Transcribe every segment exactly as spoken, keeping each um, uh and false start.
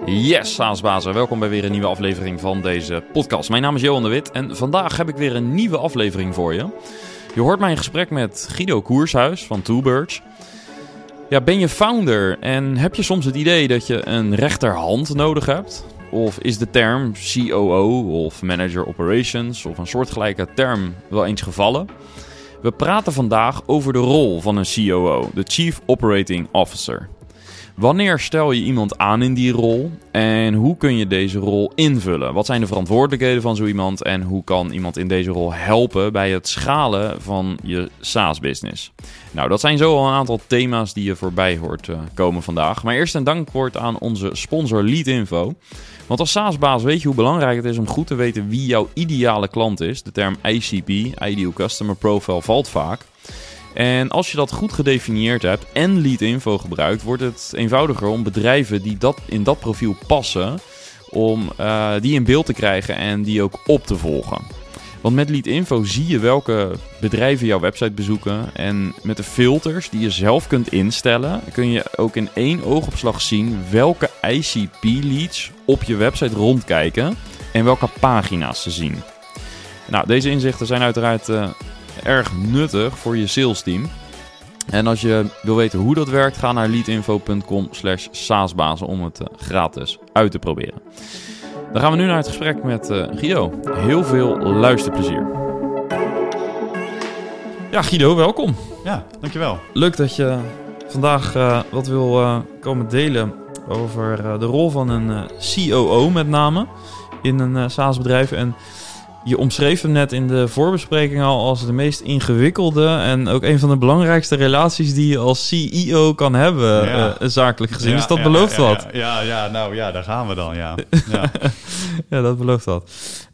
Yes, SaaS-bazen, welkom bij weer een nieuwe aflevering van deze podcast. Mijn naam is Johan de Wit en vandaag heb ik weer een nieuwe aflevering voor je. Je hoort mij in gesprek met Guido Koershuis van Two Birds. Ja, ben je founder en heb je soms het idee dat je een rechterhand nodig hebt? Of is de term C O O of Manager Operations of een soortgelijke term wel eens gevallen? We praten vandaag over de rol van een C O O, de Chief Operating Officer. Wanneer stel je iemand aan in die rol en hoe kun je deze rol invullen? Wat zijn de verantwoordelijkheden van zo iemand en hoe kan iemand in deze rol helpen bij het schalen van je SaaS-business? Nou, dat zijn zo al een aantal thema's die je voorbij hoort uh, komen vandaag. Maar eerst een dankwoord aan onze sponsor Leadinfo. Want als SaaS-baas weet je hoe belangrijk het is om goed te weten wie jouw ideale klant is. De term I C P, Ideal Customer Profile, valt vaak. En als je dat goed gedefinieerd hebt en Leadinfo gebruikt, wordt het eenvoudiger om bedrijven die dat in dat profiel passen, om uh, die in beeld te krijgen en die ook op te volgen. Want met Leadinfo zie je welke bedrijven jouw website bezoeken. En met de filters die je zelf kunt instellen, kun je ook in één oogopslag zien welke I C P-leads op je website rondkijken en welke pagina's ze zien. Nou, deze inzichten zijn uiteraard uh, erg nuttig voor je sales team. En als je wil weten hoe dat werkt, ga naar leadinfo.com slash saasbazen om het uh, gratis uit te proberen. Dan gaan we nu naar het gesprek met uh, Guido. Heel veel luisterplezier. Ja, Guido, welkom. Ja, dankjewel. Leuk dat je vandaag uh, wat wil uh, komen delen over uh, de rol van een uh, C O O met name in een uh, SaaS-bedrijf. En je omschreef hem net in de voorbespreking al als de meest ingewikkelde en ook een van de belangrijkste relaties die je als C E O kan hebben, ja. uh, zakelijk gezien. Ja, dus dat ja, belooft ja, wat. Ja, ja, ja, nou ja, daar gaan we dan, ja. Ja, ja dat belooft wat.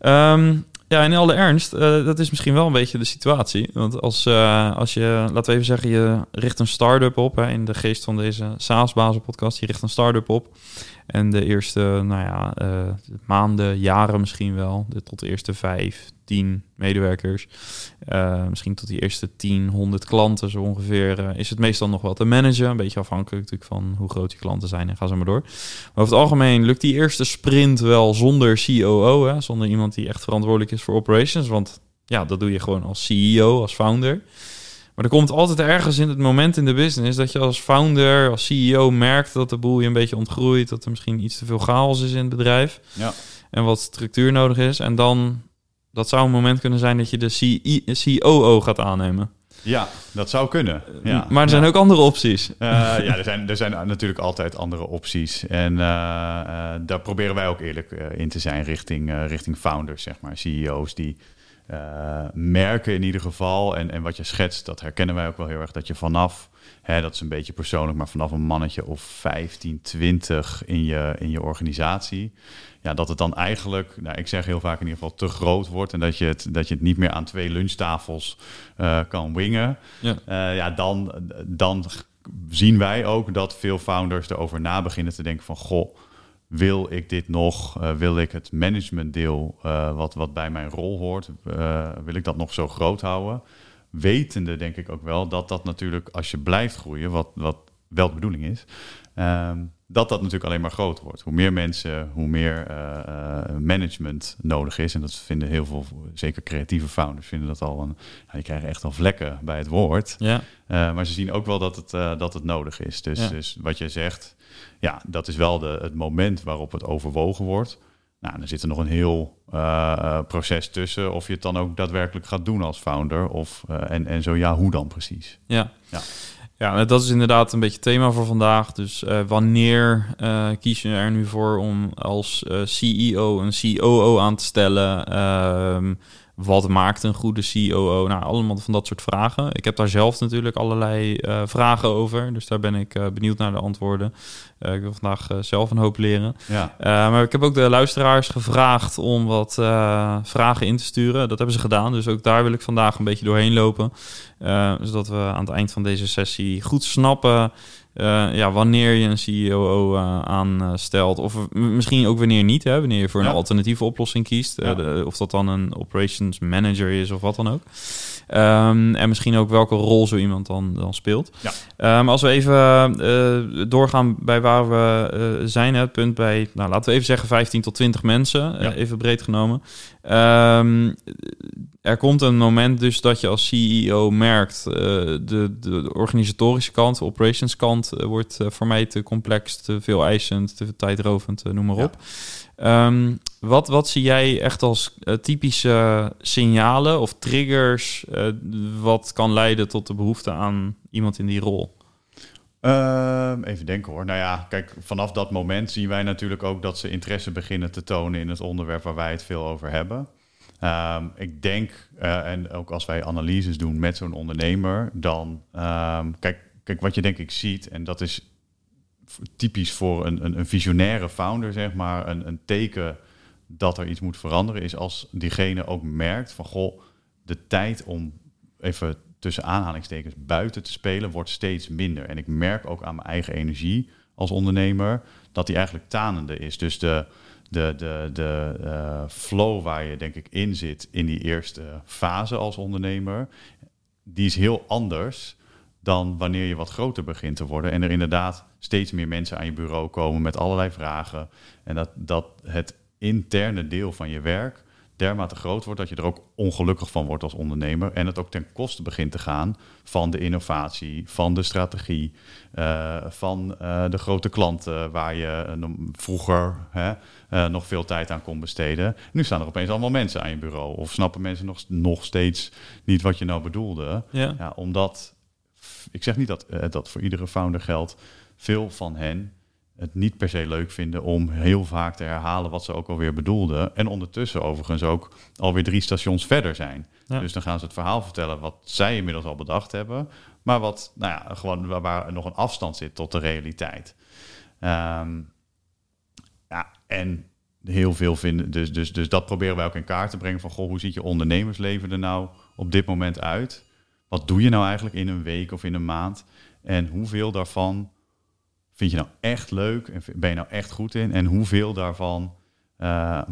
Um, ja, in alle ernst, uh, dat is misschien wel een beetje de situatie. Want als, uh, als je, laten we even zeggen, je richt een start-up op, hè, in de geest van deze SaaS-bazen podcast, je richt een start-up op. En de eerste, nou ja, uh, maanden, jaren misschien wel, de, tot de eerste vijf, tien medewerkers, uh, misschien tot die eerste tien, honderd klanten zo ongeveer, uh, is het meestal nog wel te managen. Een beetje afhankelijk natuurlijk van hoe groot die klanten zijn en ga zo maar door. Maar over het algemeen lukt die eerste sprint wel zonder C O O, hè, zonder iemand die echt verantwoordelijk is voor operations, want ja, dat doe je gewoon als C E O, als founder. Maar er komt altijd ergens in het moment in de business dat je als founder, als C E O merkt dat de boel je een beetje ontgroeit, dat er misschien iets te veel chaos is in het bedrijf, ja, en wat structuur nodig is. En dan, dat zou een moment kunnen zijn dat je de C O O gaat aannemen. Ja, dat zou kunnen. Ja. Maar er zijn ja. ook andere opties. Uh, ja, er zijn, er zijn natuurlijk altijd andere opties. En uh, uh, daar proberen wij ook eerlijk uh, in te zijn richting, uh, richting founders, zeg maar, C E O's die Uh, merken in ieder geval, en, en wat je schetst, dat herkennen wij ook wel heel erg, dat je vanaf, hè, dat is een beetje persoonlijk, maar vanaf een mannetje of vijftien, twintig in je, in je organisatie, ja, dat het dan eigenlijk, nou, ik zeg heel vaak in ieder geval, te groot wordt en dat je het, dat je het niet meer aan twee lunchtafels uh, kan wingen. Ja, uh, ja dan, dan zien wij ook dat veel founders erover na beginnen te denken van, goh, wil ik dit nog? Uh, wil ik het managementdeel uh, wat, wat bij mijn rol hoort? Uh, wil ik dat nog zo groot houden? Wetende denk ik ook wel dat dat natuurlijk, als je blijft groeien, wat, wat wel de bedoeling is, um, dat dat natuurlijk alleen maar groter wordt. Hoe meer mensen, hoe meer uh, uh, management nodig is. En dat vinden heel veel, zeker creatieve founders, vinden dat al een, ja, die krijgen echt al vlekken bij het woord. Ja. Uh, maar ze zien ook wel dat het, uh, dat het nodig is. Dus, ja. dus wat jij zegt, ja, dat is wel de, het moment waarop het overwogen wordt. Nou, dan zit er nog een heel uh, proces tussen of je het dan ook daadwerkelijk gaat doen als founder. Of, uh, en, en zo ja, hoe dan precies? Ja. Ja. Ja, dat is inderdaad een beetje het thema voor vandaag. Dus uh, wanneer uh, kies je er nu voor om als uh, C E O een C O O aan te stellen? Uh, wat maakt een goede C O O? Nou, allemaal van dat soort vragen. Ik heb daar zelf natuurlijk allerlei uh, vragen over. Dus daar ben ik uh, benieuwd naar de antwoorden. Uh, ik wil vandaag uh, zelf een hoop leren. Ja. Uh, maar ik heb ook de luisteraars gevraagd om wat uh, vragen in te sturen. Dat hebben ze gedaan. Dus ook daar wil ik vandaag een beetje doorheen lopen. Uh, zodat we aan het eind van deze sessie goed snappen Uh, ja, wanneer je een C E O uh, aanstelt. Of m- misschien ook wanneer niet. Hè, wanneer je voor een ja. alternatieve oplossing kiest. Ja. Uh, de, of dat dan een operations manager is of wat dan ook. Um, en misschien ook welke rol zo iemand dan, dan speelt. Ja. Um, als we even uh, doorgaan bij waar we uh, zijn, het punt bij, nou, laten we even zeggen vijftien tot twintig mensen, ja. uh, even breed genomen. Um, er komt een moment dus dat je als C E O merkt, uh, de, de, de organisatorische kant, de operations kant, uh, wordt uh, voor mij te complex, te veel eisend, te tijdrovend, uh, noem maar op. Ja. Um, wat, wat zie jij echt als uh, typische signalen of triggers uh, wat kan leiden tot de behoefte aan iemand in die rol? Uh, even denken hoor. Nou ja, kijk, vanaf dat moment zien wij natuurlijk ook dat ze interesse beginnen te tonen in het onderwerp waar wij het veel over hebben. Um, ik denk, uh, en ook als wij analyses doen met zo'n ondernemer, dan, um, kijk, kijk, wat je denk ik ziet, en dat is typisch voor een, een, een visionaire founder, zeg maar, een, een teken dat er iets moet veranderen, is als diegene ook merkt van, goh, de tijd om even tussen aanhalingstekens buiten te spelen wordt steeds minder. En ik merk ook aan mijn eigen energie als ondernemer dat die eigenlijk tanende is. Dus de, de, de, de uh, flow waar je denk ik in zit in die eerste fase als ondernemer, die is heel anders dan wanneer je wat groter begint te worden en er inderdaad steeds meer mensen aan je bureau komen met allerlei vragen. En dat, dat het interne deel van je werk dermate groot wordt dat je er ook ongelukkig van wordt als ondernemer. En het ook ten koste begint te gaan van de innovatie, van de strategie, uh, van uh, de grote klanten waar je uh, vroeger hè, uh, nog veel tijd aan kon besteden. Nu staan er opeens allemaal mensen aan je bureau. Of snappen mensen nog, nog steeds niet wat je nou bedoelde. Ja. Ja, omdat, ik zeg niet dat uh, dat voor iedere founder geldt, veel van hen het niet per se leuk vinden om heel vaak te herhalen wat ze ook alweer bedoelden. En ondertussen overigens ook alweer drie stations verder zijn. Ja. Dus dan gaan ze het verhaal vertellen wat zij inmiddels al bedacht hebben, maar wat, nou ja, gewoon waar, waar nog een afstand zit tot de realiteit. Um, ja, en heel veel vinden, dus, dus, dus dat proberen wij ook in kaart te brengen van, goh, hoe ziet je ondernemersleven er nou op dit moment uit? Wat doe je nou eigenlijk in een week of in een maand? En hoeveel daarvan vind je nou echt leuk en ben je nou echt goed in? En hoeveel daarvan uh,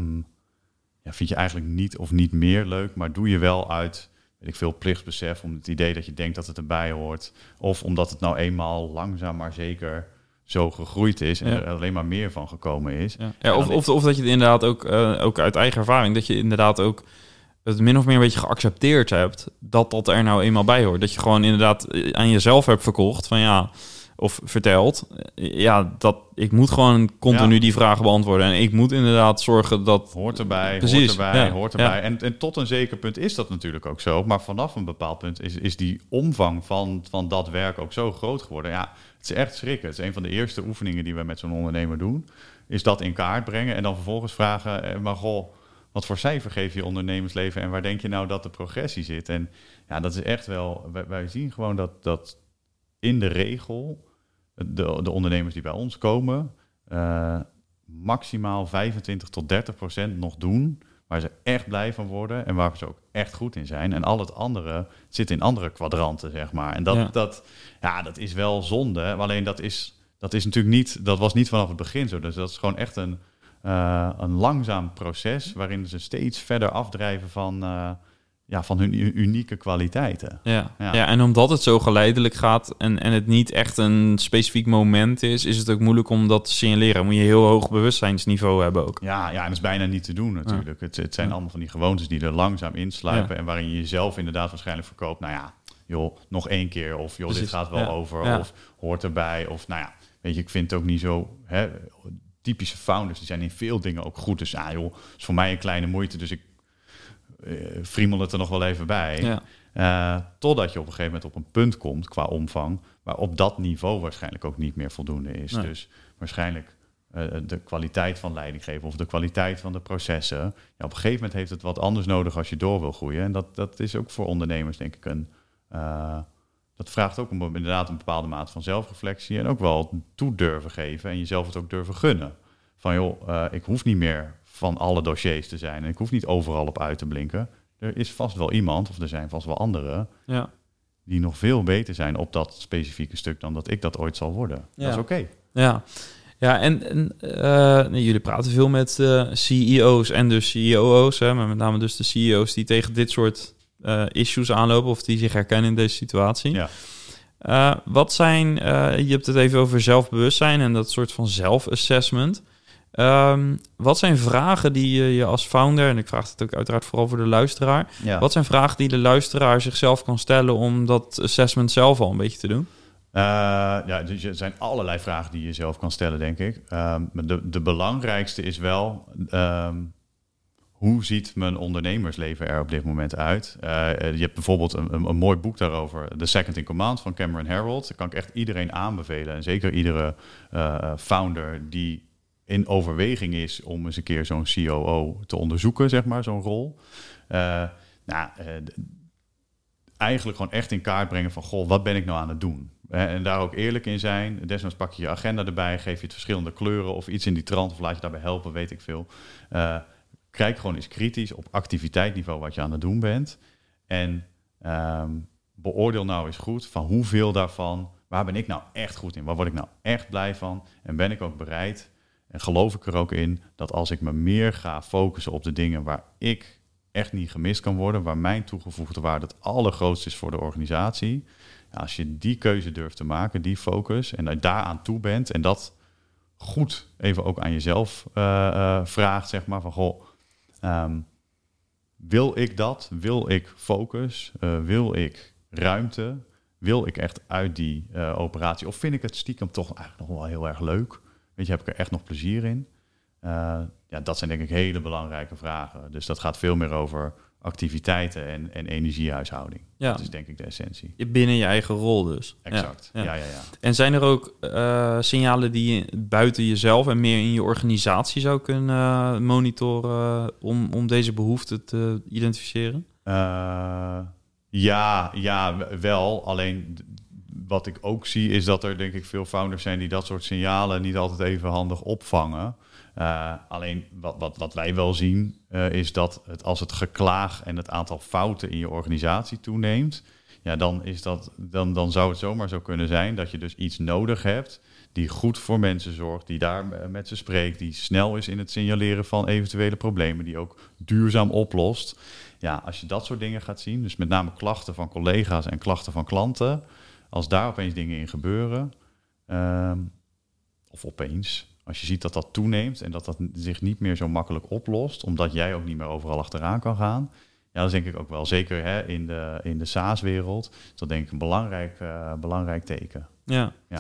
ja, vind je eigenlijk niet of niet meer leuk, maar doe je wel uit, weet ik veel, plichtsbesef, om het idee dat je denkt dat het erbij hoort, of omdat het nou eenmaal langzaam maar zeker zo gegroeid is en ja. er alleen maar meer van gekomen is. Ja. Ja, of, of, of dat je het inderdaad ook, uh, ook uit eigen ervaring, dat je inderdaad ook het min of meer een beetje geaccepteerd hebt dat dat er nou eenmaal bij hoort. Dat je gewoon inderdaad aan jezelf hebt verkocht van ja, of verteld, ja, dat ik moet gewoon continu ja. die vragen beantwoorden. En ik moet inderdaad zorgen dat... Hoort erbij, Precies. hoort erbij, ja. hoort erbij. Ja. En, en tot een zeker punt is dat natuurlijk ook zo. Maar vanaf een bepaald punt is, is die omvang van, van dat werk ook zo groot geworden. Ja, het is echt schrikken. Het is een van de eerste oefeningen die we met zo'n ondernemer doen. Is dat in kaart brengen en dan vervolgens vragen, maar goh, wat voor cijfer geef je ondernemersleven en waar denk je nou dat de progressie zit? En ja, dat is echt wel... Wij, wij zien gewoon dat, dat in de regel de, de ondernemers die bij ons komen uh, maximaal vijfentwintig tot dertig procent nog doen waar ze echt blij van worden en waar ze ook echt goed in zijn. En al het andere zit in andere kwadranten, zeg maar. En dat, ja. Dat, ja, dat is wel zonde. Alleen dat is, dat is natuurlijk niet, dat was niet vanaf het begin zo. Dus dat is gewoon echt een, uh, een langzaam proces waarin ze steeds verder afdrijven van, uh, ja, van hun unieke kwaliteiten. Ja. Ja. Ja, en omdat het zo geleidelijk gaat en, en het niet echt een specifiek moment is, is het ook moeilijk om dat te signaleren. Moet je heel hoog bewustzijnsniveau hebben ook. Ja, ja, en dat is bijna niet te doen natuurlijk. Ja. Het, het zijn ja. allemaal van die gewoontes die er langzaam insluipen ja. en waarin je jezelf inderdaad waarschijnlijk verkoopt. Nou ja, joh, nog één keer of joh, Precies. dit gaat wel ja. over ja. of hoort erbij. Of nou ja, weet je, ik vind het ook niet zo... Hè, typische founders, die zijn in veel dingen ook goed. Dus ja, joh, is voor mij een kleine moeite, dus ik Uh, friemel het er nog wel even bij. Ja. Uh, totdat je op een gegeven moment op een punt komt qua omvang, waar op dat niveau waarschijnlijk ook niet meer voldoende is. Nee. Dus waarschijnlijk uh, de kwaliteit van leiding geven of de kwaliteit van de processen. Ja, op een gegeven moment heeft het wat anders nodig als je door wil groeien. En dat, dat is ook voor ondernemers denk ik een... Uh, dat vraagt ook om, inderdaad een bepaalde mate van zelfreflectie en ook wel toe durven geven en jezelf het ook durven gunnen. Van joh, uh, ik hoef niet meer van alle dossiers te zijn. En ik hoef niet overal op uit te blinken. Er is vast wel iemand, of er zijn vast wel anderen, ja. die nog veel beter zijn op dat specifieke stuk dan dat ik dat ooit zal worden. Ja. Dat is oké. Okay. Ja, ja en, en uh, nee, jullie praten veel met uh, C E O's en dus C E O's, hè, maar met name dus de C E O's die tegen dit soort uh, issues aanlopen of die zich herkennen in deze situatie. Ja. Uh, wat zijn, uh, je hebt het even over zelfbewustzijn en dat soort van zelfassessment. Um, wat zijn vragen die je, je als founder, en ik vraag het ook uiteraard vooral voor de luisteraar, Ja. wat zijn vragen die de luisteraar zichzelf kan stellen om dat assessment zelf al een beetje te doen? Uh, ja, dus er zijn allerlei vragen die je zelf kan stellen, denk ik. Um, maar de, de belangrijkste is wel, um, hoe ziet mijn ondernemersleven er op dit moment uit? Uh, je hebt bijvoorbeeld een, een, een mooi boek daarover, The Second in Command van Cameron Herold. Dat kan ik echt iedereen aanbevelen. En zeker iedere uh, founder die in overweging is om eens een keer zo'n C O O te onderzoeken, zeg maar, zo'n rol. Uh, nou, uh, eigenlijk gewoon echt in kaart brengen van, goh, wat ben ik nou aan het doen? En daar ook eerlijk in zijn. Desnoods pak je je agenda erbij, geef je het verschillende kleuren of iets in die trant, of laat je daarbij helpen, weet ik veel. Uh, kijk gewoon eens kritisch op activiteitsniveau wat je aan het doen bent. En um, beoordeel nou eens goed van hoeveel daarvan, waar ben ik nou echt goed in? Waar word ik nou echt blij van? En ben ik ook bereid, en geloof ik er ook in, dat als ik me meer ga focussen op de dingen waar ik echt niet gemist kan worden, waar mijn toegevoegde waarde het allergrootste is voor de organisatie. Ja, als je die keuze durft te maken, die focus, en daaraan toe bent en dat goed even ook aan jezelf uh, uh, vraagt, zeg maar, van goh, um, wil ik dat? Wil ik focus? Uh, wil ik ruimte? Wil ik echt uit die uh, operatie? Of vind ik het stiekem toch eigenlijk nog wel heel erg leuk? Weet je, heb ik er echt nog plezier in? Uh, ja, dat zijn denk ik hele belangrijke vragen. Dus dat gaat veel meer over activiteiten en, en energiehuishouding. Ja. Dat is denk ik de essentie. Binnen je eigen rol dus. Exact, ja, ja, ja. ja, ja. En zijn er ook uh, signalen die je buiten jezelf en meer in je organisatie zou kunnen uh, monitoren om, om deze behoeften te identificeren? Uh, ja, ja, wel. Alleen wat ik ook zie is dat er denk ik veel founders zijn die dat soort signalen niet altijd even handig opvangen. Uh, alleen wat, wat, wat wij wel zien uh, is dat het, als het geklaag en het aantal fouten in je organisatie toeneemt, ja, dan, is dat, dan, dan zou het zomaar zo kunnen zijn dat je dus iets nodig hebt die goed voor mensen zorgt, die daar met ze spreekt, die snel is in het signaleren van eventuele problemen, die ook duurzaam oplost. Ja, als je dat soort dingen gaat zien, dus met name klachten van collega's en klachten van klanten, als daar opeens dingen in gebeuren, um, of opeens, als je ziet dat dat toeneemt en dat dat zich niet meer zo makkelijk oplost, omdat jij ook niet meer overal achteraan kan gaan, ja, dat is denk ik ook wel, zeker hè, in de, in de SaaS-wereld, is dat denk ik een belangrijk, uh, belangrijk teken. Ja. ja.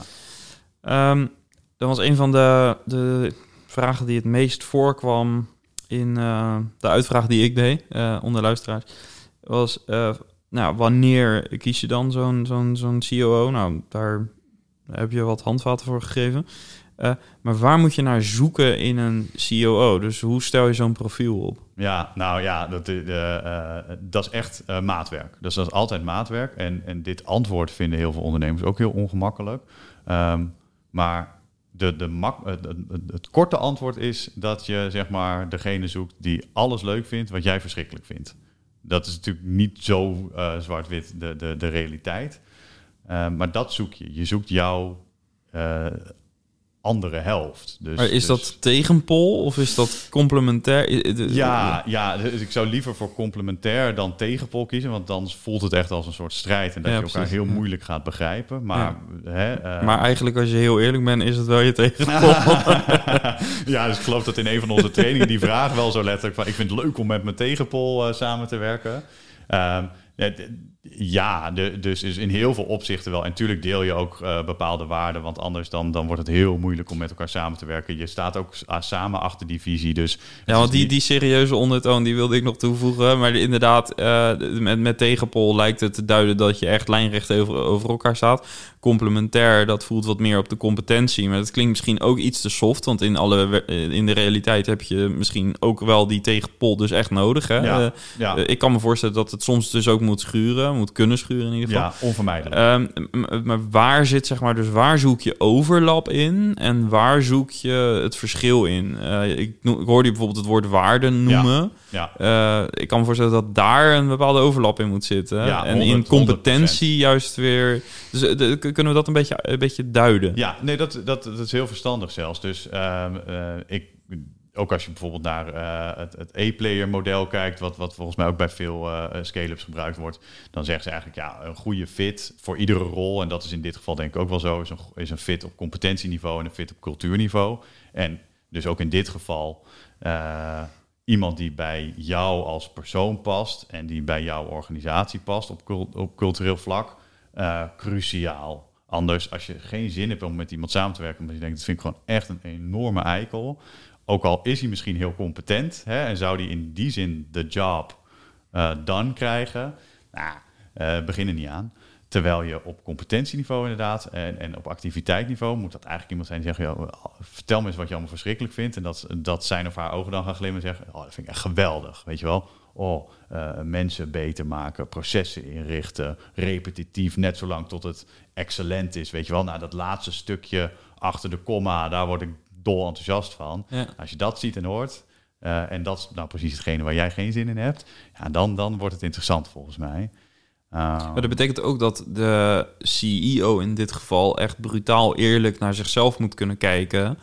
Um, dat was een van de, de vragen die het meest voorkwam in uh, de uitvraag die ik deed uh, onder luisteraars. Was, uh, nou, wanneer kies je dan zo'n, zo'n, zo'n C O O? Nou, daar heb je wat handvaten voor gegeven. Uh, maar waar moet je naar zoeken in een C O O? Dus hoe stel je zo'n profiel op? Ja, nou ja, dat, uh, uh, dat is echt uh, maatwerk. Dus dat is altijd maatwerk. En, en dit antwoord vinden heel veel ondernemers ook heel ongemakkelijk. Um, maar de, de mak- het, het, het korte antwoord is dat je zeg maar degene zoekt die alles leuk vindt wat jij verschrikkelijk vindt. Dat is natuurlijk niet zo uh, zwart-wit de, de, de realiteit. Uh, maar dat zoek je. Je zoekt jouw uh, andere helft. Dus, maar is dus... dat tegenpol of is dat complementair? Ja, ja, dus ik zou liever voor complementair dan tegenpol kiezen, want dan voelt het echt als een soort strijd en dat ja, je elkaar precies, heel ja. moeilijk gaat begrijpen. Maar, ja. hè, uh... maar eigenlijk als je heel eerlijk bent, is het wel je tegenpol. Ja, dus ik geloof dat in een van onze trainingen die vraag wel zo letterlijk van, ik vind het leuk om met mijn tegenpol uh, samen te werken. Uh, Ja, de, dus is in heel veel opzichten wel. En natuurlijk deel je ook uh, bepaalde waarden, want anders dan, dan wordt het heel moeilijk om met elkaar samen te werken. Je staat ook uh, samen achter die visie. Dus ja, want die, niet... die serieuze ondertoon, die wilde ik nog toevoegen. Maar inderdaad, uh, met, met tegenpol lijkt het te duiden dat je echt lijnrecht over, over elkaar staat. Complementair, dat voelt wat meer op de competentie. Maar dat klinkt misschien ook iets te soft, want in, alle, in de realiteit heb je misschien ook wel die tegenpol dus echt nodig. Hè? Ja, uh, ja. Uh, ik kan me voorstellen dat het soms dus ook moet schuren, moet kunnen schuren in ieder geval. Ja, onvermijdelijk. Um, m- maar waar zit, zeg maar, dus waar zoek je overlap in en waar zoek je het verschil in? Uh, ik, no- ik hoorde je bijvoorbeeld het woord waarde noemen. Ja, ja. Uh, ik kan me voorstellen dat daar een bepaalde overlap in moet zitten. Ja, en in competentie juist weer. Dus uh, de, kunnen we dat een beetje, een beetje duiden? Ja, nee, dat, dat, dat is heel verstandig zelfs. Dus uh, uh, ik... ook als je bijvoorbeeld naar uh, het, het A-player model kijkt, wat, wat volgens mij ook bij veel uh, scale-ups gebruikt wordt, dan zeggen ze eigenlijk, ja, een goede fit voor iedere rol, en dat is in dit geval denk ik ook wel zo, is een, is een fit op competentieniveau en een fit op cultuurniveau. En dus ook in dit geval uh, iemand die bij jou als persoon past en die bij jouw organisatie past op, cult, op cultureel vlak, uh, cruciaal. Anders, als je geen zin hebt om met iemand samen te werken, omdat je denkt, dat vind ik gewoon echt een enorme eikel. Ook al is hij misschien heel competent, hè, en zou hij in die zin de job uh, done krijgen, nou, uh, begin er niet aan. Terwijl je op competentieniveau inderdaad en, en op activiteitsniveau moet dat eigenlijk iemand zijn die zegt, ja, vertel me eens wat je allemaal verschrikkelijk vindt. En dat, dat zijn of haar ogen dan gaan glimmen en zeggen, oh, dat vind ik echt geweldig, weet je wel. Oh, uh, mensen beter maken, processen inrichten, repetitief, net zo lang tot het excellent is, weet je wel. Nou, dat laatste stukje achter de komma, daar word ik dol enthousiast van. Ja. Als je dat ziet en hoort, uh, en dat is nou precies hetgene waar jij geen zin in hebt, ja, dan, dan wordt het interessant volgens mij. Uh, maar dat betekent ook dat de C E O in dit geval echt brutaal eerlijk naar zichzelf moet kunnen kijken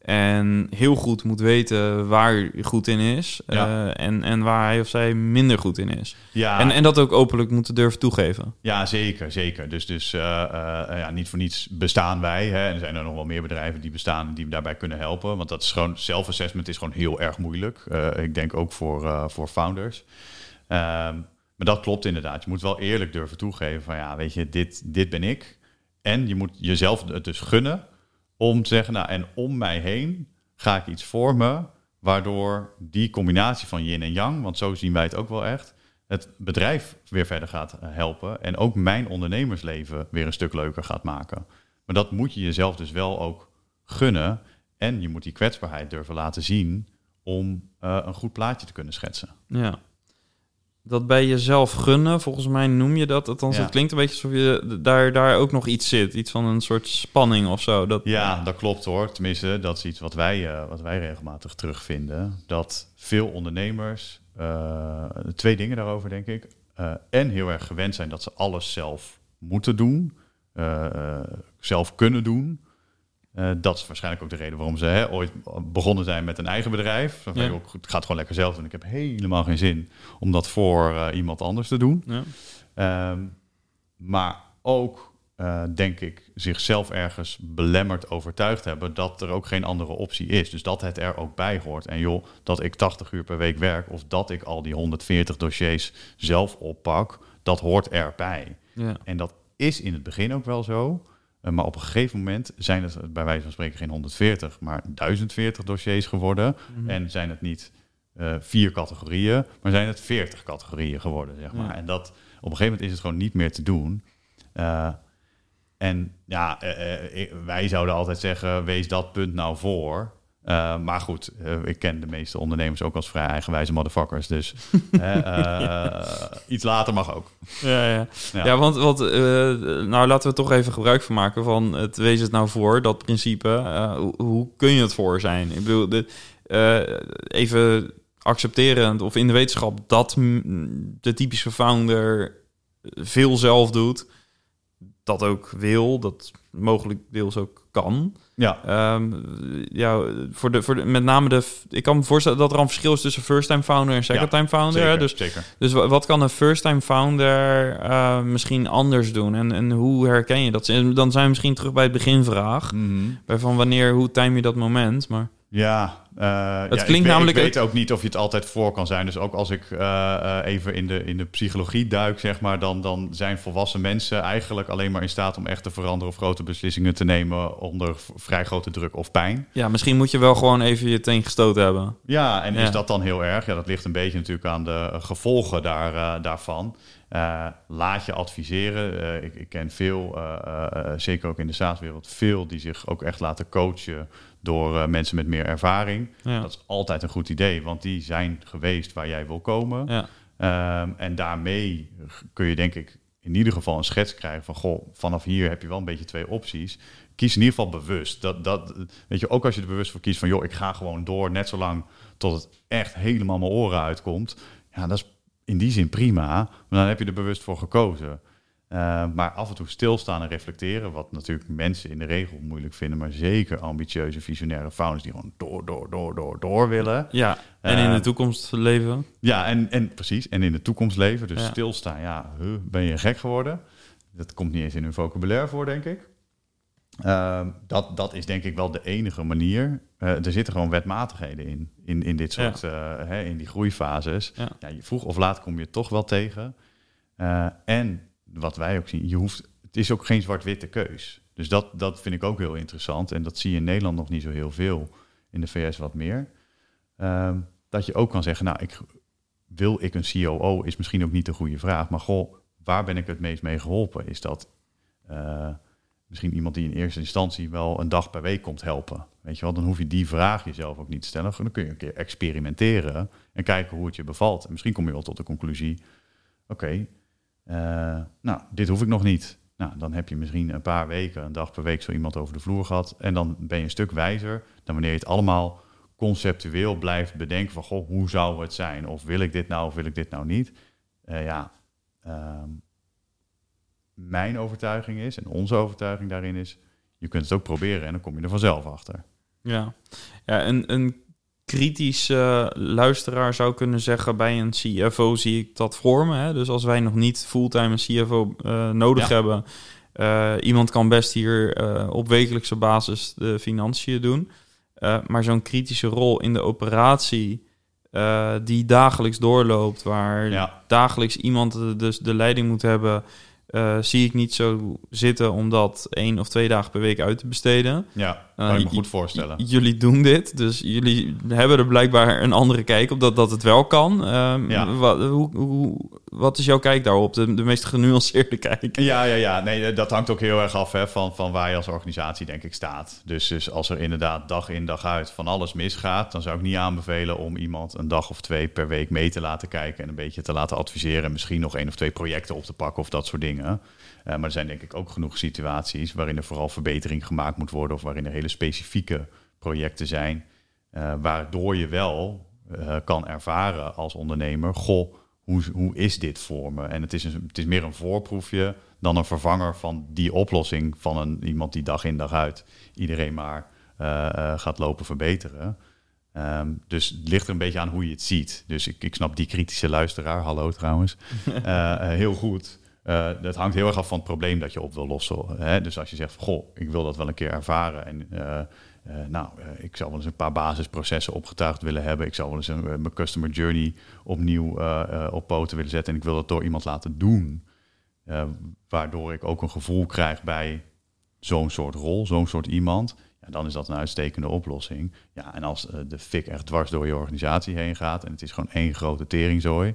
en heel goed moet weten waar hij goed in is, ja. uh, en, en waar hij of zij minder goed in is. Ja. En, en dat ook openlijk moeten durven toegeven. Ja, zeker, zeker. Dus, dus uh, uh, ja, niet voor niets bestaan wij. Hè. En er zijn er nog wel meer bedrijven die bestaan die daarbij kunnen helpen. Want dat is gewoon, self-assessment is gewoon heel erg moeilijk. Uh, ik denk ook voor, uh, voor founders. Um, maar dat klopt inderdaad. Je moet wel eerlijk durven toegeven van ja, weet je, dit, dit ben ik. En je moet jezelf het dus gunnen om te zeggen, nou, en om mij heen ga ik iets vormen waardoor die combinatie van yin en yang, want zo zien wij het ook wel echt, het bedrijf weer verder gaat helpen en ook mijn ondernemersleven weer een stuk leuker gaat maken. Maar dat moet je jezelf dus wel ook gunnen en je moet die kwetsbaarheid durven laten zien om uh, een goed plaatje te kunnen schetsen. Ja. Dat bij jezelf gunnen, volgens mij noem je dat. Althans, ja. Het klinkt een beetje alsof je daar, daar ook nog iets zit. Iets van een soort spanning of zo. Dat... Ja, dat klopt hoor. Tenminste, dat is iets wat wij, uh, wat wij regelmatig terugvinden. Dat veel ondernemers, uh, twee dingen daarover denk ik. Uh, en heel erg gewend zijn dat ze alles zelf moeten doen. Uh, uh, zelf kunnen doen. Uh, dat is waarschijnlijk ook de reden waarom ze hè, ooit begonnen zijn met een eigen bedrijf. Dan ja. je ook, het gaat gewoon lekker zelf doen. Ik heb helemaal geen zin om dat voor uh, iemand anders te doen. Ja. Um, maar ook, uh, denk ik, zichzelf ergens belemmerd overtuigd hebben dat er ook geen andere optie is. Dus dat het er ook bij hoort. En joh, dat ik tachtig uur per week werk of dat ik al die honderdveertig dossiers zelf oppak, dat hoort erbij. Ja. En dat is in het begin ook wel zo. Maar op een gegeven moment zijn het bij wijze van spreken geen honderdveertig, maar duizend veertig dossiers geworden. Mm-hmm. En zijn het niet uh, vier categorieën, maar zijn het veertig categorieën geworden, zeg maar. Ja. En dat, op een gegeven moment is het gewoon niet meer te doen. Uh, en ja, uh, uh, wij zouden altijd zeggen, wees dat punt nou voor. Uh, maar goed, uh, ik ken de meeste ondernemers ook als vrij eigenwijze motherfuckers. Dus uh, uh, iets later mag ook. Ja, ja. ja. ja want, want uh, nou, laten we toch even gebruik van maken van het wees het nou voor, dat principe. Uh, hoe, hoe kun je het voor zijn? Ik bedoel, de, uh, even accepterend of in de wetenschap dat de typische founder veel zelf doet, dat ook wil, dat mogelijk deels ook kan. Ja. Um, ja, voor de, voor de, met name de... Ik kan me voorstellen dat er een verschil is tussen first-time founder en second-time ja, founder. Zeker, dus, zeker. dus wat kan een first-time founder uh, misschien anders doen? En, en hoe herken je dat? En dan zijn we misschien terug bij het beginvraag. Mm-hmm. Bij van wanneer, hoe time je dat moment? Maar... Ja, uh, het ja, klinkt ik, namelijk... ik weet ook niet of je het altijd voor kan zijn. Dus ook als ik uh, uh, even in de, in de psychologie duik, zeg maar, dan, dan zijn volwassen mensen eigenlijk alleen maar in staat om echt te veranderen of grote beslissingen te nemen onder v- vrij grote druk of pijn. Ja, misschien moet je wel gewoon even je teen gestoten hebben. Ja, en ja. is dat dan heel erg? Ja, dat ligt een beetje natuurlijk aan de gevolgen daar, uh, daarvan. Uh, laat je adviseren. Uh, ik, ik ken veel, uh, uh, zeker ook in de SaaS-wereld, veel die zich ook echt laten coachen door uh, mensen met meer ervaring. Ja. Dat is altijd een goed idee, want die zijn geweest waar jij wil komen. Ja. Um, en daarmee kun je denk ik in ieder geval een schets krijgen van, goh, vanaf hier heb je wel een beetje twee opties. Kies in ieder geval bewust. Dat, dat, weet je, ook als je er bewust voor kiest van, joh, ik ga gewoon door net zo lang tot het echt helemaal mijn oren uitkomt. Ja, dat is in die zin prima, maar dan heb je er bewust voor gekozen. Uh, maar af en toe stilstaan en reflecteren, wat natuurlijk mensen in de regel moeilijk vinden, maar zeker ambitieuze, visionaire founders die gewoon door, door, door, door, door willen. Ja, en uh, in de toekomst leven. Ja, en, en precies, en in de toekomst leven. Dus ja. stilstaan, ja, huh, ben je gek geworden? Dat komt niet eens in hun vocabulaire voor, denk ik. Uh, dat, dat is denk ik wel de enige manier. Uh, er zitten gewoon wetmatigheden in, in, in dit soort, ja. uh, hè, in die groeifases. Ja. Ja, vroeg of laat kom je toch wel tegen. Uh, en wat wij ook zien, je hoeft, het is ook geen zwart-witte keus. Dus dat, dat vind ik ook heel interessant. En dat zie je in Nederland nog niet zo heel veel. In de V S wat meer. Uh, dat je ook kan zeggen, nou, ik, wil ik een C O O is misschien ook niet de goede vraag. Maar goh, waar ben ik het meest mee geholpen? Is dat uh, misschien iemand die in eerste instantie wel een dag per week komt helpen? Weet je wel, dan hoef je die vraag jezelf ook niet te stellen. Dan kun je een keer experimenteren en kijken hoe het je bevalt. En misschien kom je wel tot de conclusie, oké, okay, Uh, nou, dit hoef ik nog niet. Nou, dan heb je misschien een paar weken, een dag per week zo iemand over de vloer gehad. En dan ben je een stuk wijzer dan wanneer je het allemaal conceptueel blijft bedenken van, goh, hoe zou het zijn? Of wil ik dit nou of wil ik dit nou niet? Uh, ja, uh, mijn overtuiging is, en onze overtuiging daarin is, je kunt het ook proberen en dan kom je er vanzelf achter. Ja, ja en een kritische luisteraar zou kunnen zeggen, bij een C F O zie ik dat voor me. Hè? Dus als wij nog niet fulltime een C F O uh, nodig ja. hebben, uh, iemand kan best hier uh, op wekelijkse basis de financiën doen. Uh, maar zo'n kritische rol in de operatie uh, die dagelijks doorloopt, waar ja. dagelijks iemand de, dus de leiding moet hebben, Uh, zie ik niet zo zitten om dat één of twee dagen per week uit te besteden. Ja, kan je uh, me goed voorstellen. J- jullie doen dit, dus jullie hebben er blijkbaar een andere kijk op dat, dat het wel kan. Um, ja. wat, hoe, hoe, wat is jouw kijk daarop? De, de meest genuanceerde kijk? Ja, ja, ja. Nee, dat hangt ook heel erg af hè, van, van waar je als organisatie denk ik staat. Dus, dus als er inderdaad dag in dag uit van alles misgaat, dan zou ik niet aanbevelen om iemand een dag of twee per week mee te laten kijken en een beetje te laten adviseren en misschien nog één of twee projecten op te pakken of dat soort dingen. Uh, maar er zijn denk ik ook genoeg situaties waarin er vooral verbetering gemaakt moet worden of waarin er hele specifieke projecten zijn, uh, waardoor je wel uh, kan ervaren als ondernemer, goh, hoe, hoe is dit voor me? En het is, een, het is meer een voorproefje dan een vervanger van die oplossing van een, iemand die dag in dag uit iedereen maar uh, uh, gaat lopen verbeteren. Um, dus het ligt er een beetje aan hoe je het ziet. Dus ik, ik snap die kritische luisteraar, hallo trouwens, uh, uh, heel goed. Uh, dat hangt heel erg af van het probleem dat je op wil lossen. Hè? Dus als je zegt, goh, ik wil dat wel een keer ervaren. En uh, uh, nou, uh, ik zou wel eens een paar basisprocessen opgetuigd willen hebben. Ik zou wel eens een, uh, mijn customer journey opnieuw uh, uh, op poten willen zetten. En ik wil dat door iemand laten doen. Uh, waardoor ik ook een gevoel krijg bij zo'n soort rol, zo'n soort iemand. Ja, dan is dat een uitstekende oplossing. Ja, en als uh, de fik echt dwars door je organisatie heen gaat en het is gewoon één grote teringzooi,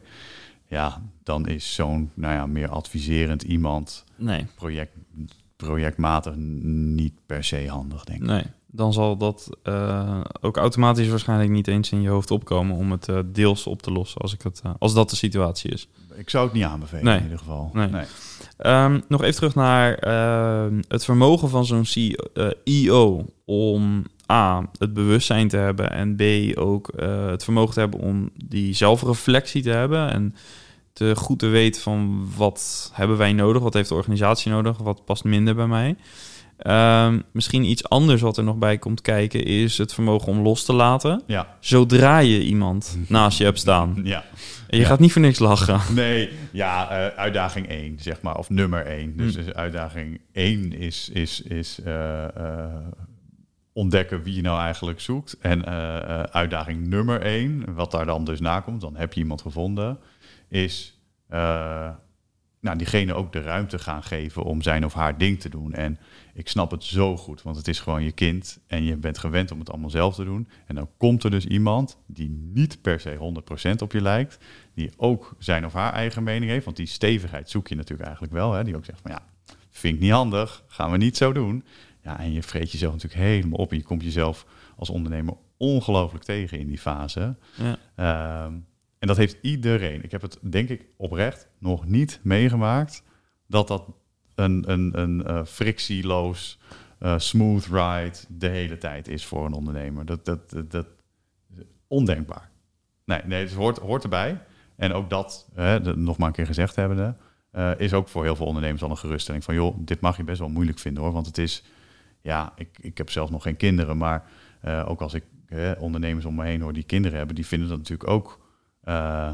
ja, dan is zo'n nou ja, meer adviserend iemand nee. project, projectmatig niet per se handig, denk ik. Nee, dan zal dat uh, ook automatisch waarschijnlijk niet eens in je hoofd opkomen om het uh, deels op te lossen, als, ik het, uh, als dat de situatie is. Ik zou het niet aanbevelen nee. in ieder geval. Nee. Nee. Um, nog even terug naar uh, het vermogen van zo'n C E O om A, het bewustzijn te hebben en B, ook uh, het vermogen te hebben om die zelfreflectie te hebben en te goed te weten van wat hebben wij nodig, wat heeft de organisatie nodig, wat past minder bij mij. Um, misschien iets anders wat er nog bij komt kijken is het vermogen om los te laten. Ja. Zodra je iemand naast je hebt staan. Ja. En je ja. gaat niet voor niks lachen. Nee, ja, uh, uitdaging één, zeg maar, of nummer één. Dus, Hmm. dus uitdaging één is, is, is uh, uh, ontdekken wie je nou eigenlijk zoekt. En uh, uh, uitdaging nummer één, wat daar dan dus na komt, dan heb je iemand gevonden, is uh, nou, diegene ook de ruimte gaan geven om zijn of haar ding te doen. En ik snap het zo goed, want het is gewoon je kind en je bent gewend om het allemaal zelf te doen. En dan komt er dus iemand die niet per se honderd procent op je lijkt, die ook zijn of haar eigen mening heeft, want die stevigheid zoek je natuurlijk eigenlijk wel, hè? Die ook zegt van ja, vind ik niet handig, gaan we niet zo doen. Ja, en je vreet jezelf natuurlijk helemaal op en je komt jezelf als ondernemer ongelooflijk tegen in die fase. Ja. Um, en dat heeft iedereen. Ik heb het, denk ik, oprecht nog niet meegemaakt dat dat een, een, een uh, frictieloos, uh, smooth ride de hele tijd is voor een ondernemer. Dat, dat, dat, dat ondenkbaar. Nee, nee, het hoort, hoort erbij. En ook dat, hè, de, nog maar een keer gezegd hebbende, uh, is ook voor heel veel ondernemers al een geruststelling van, joh, dit mag je best wel moeilijk vinden hoor. Want het is, ja, ik, ik heb zelf nog geen kinderen, maar uh, ook als ik uh, ondernemers om me heen hoor die kinderen hebben, die vinden dat natuurlijk ook uh,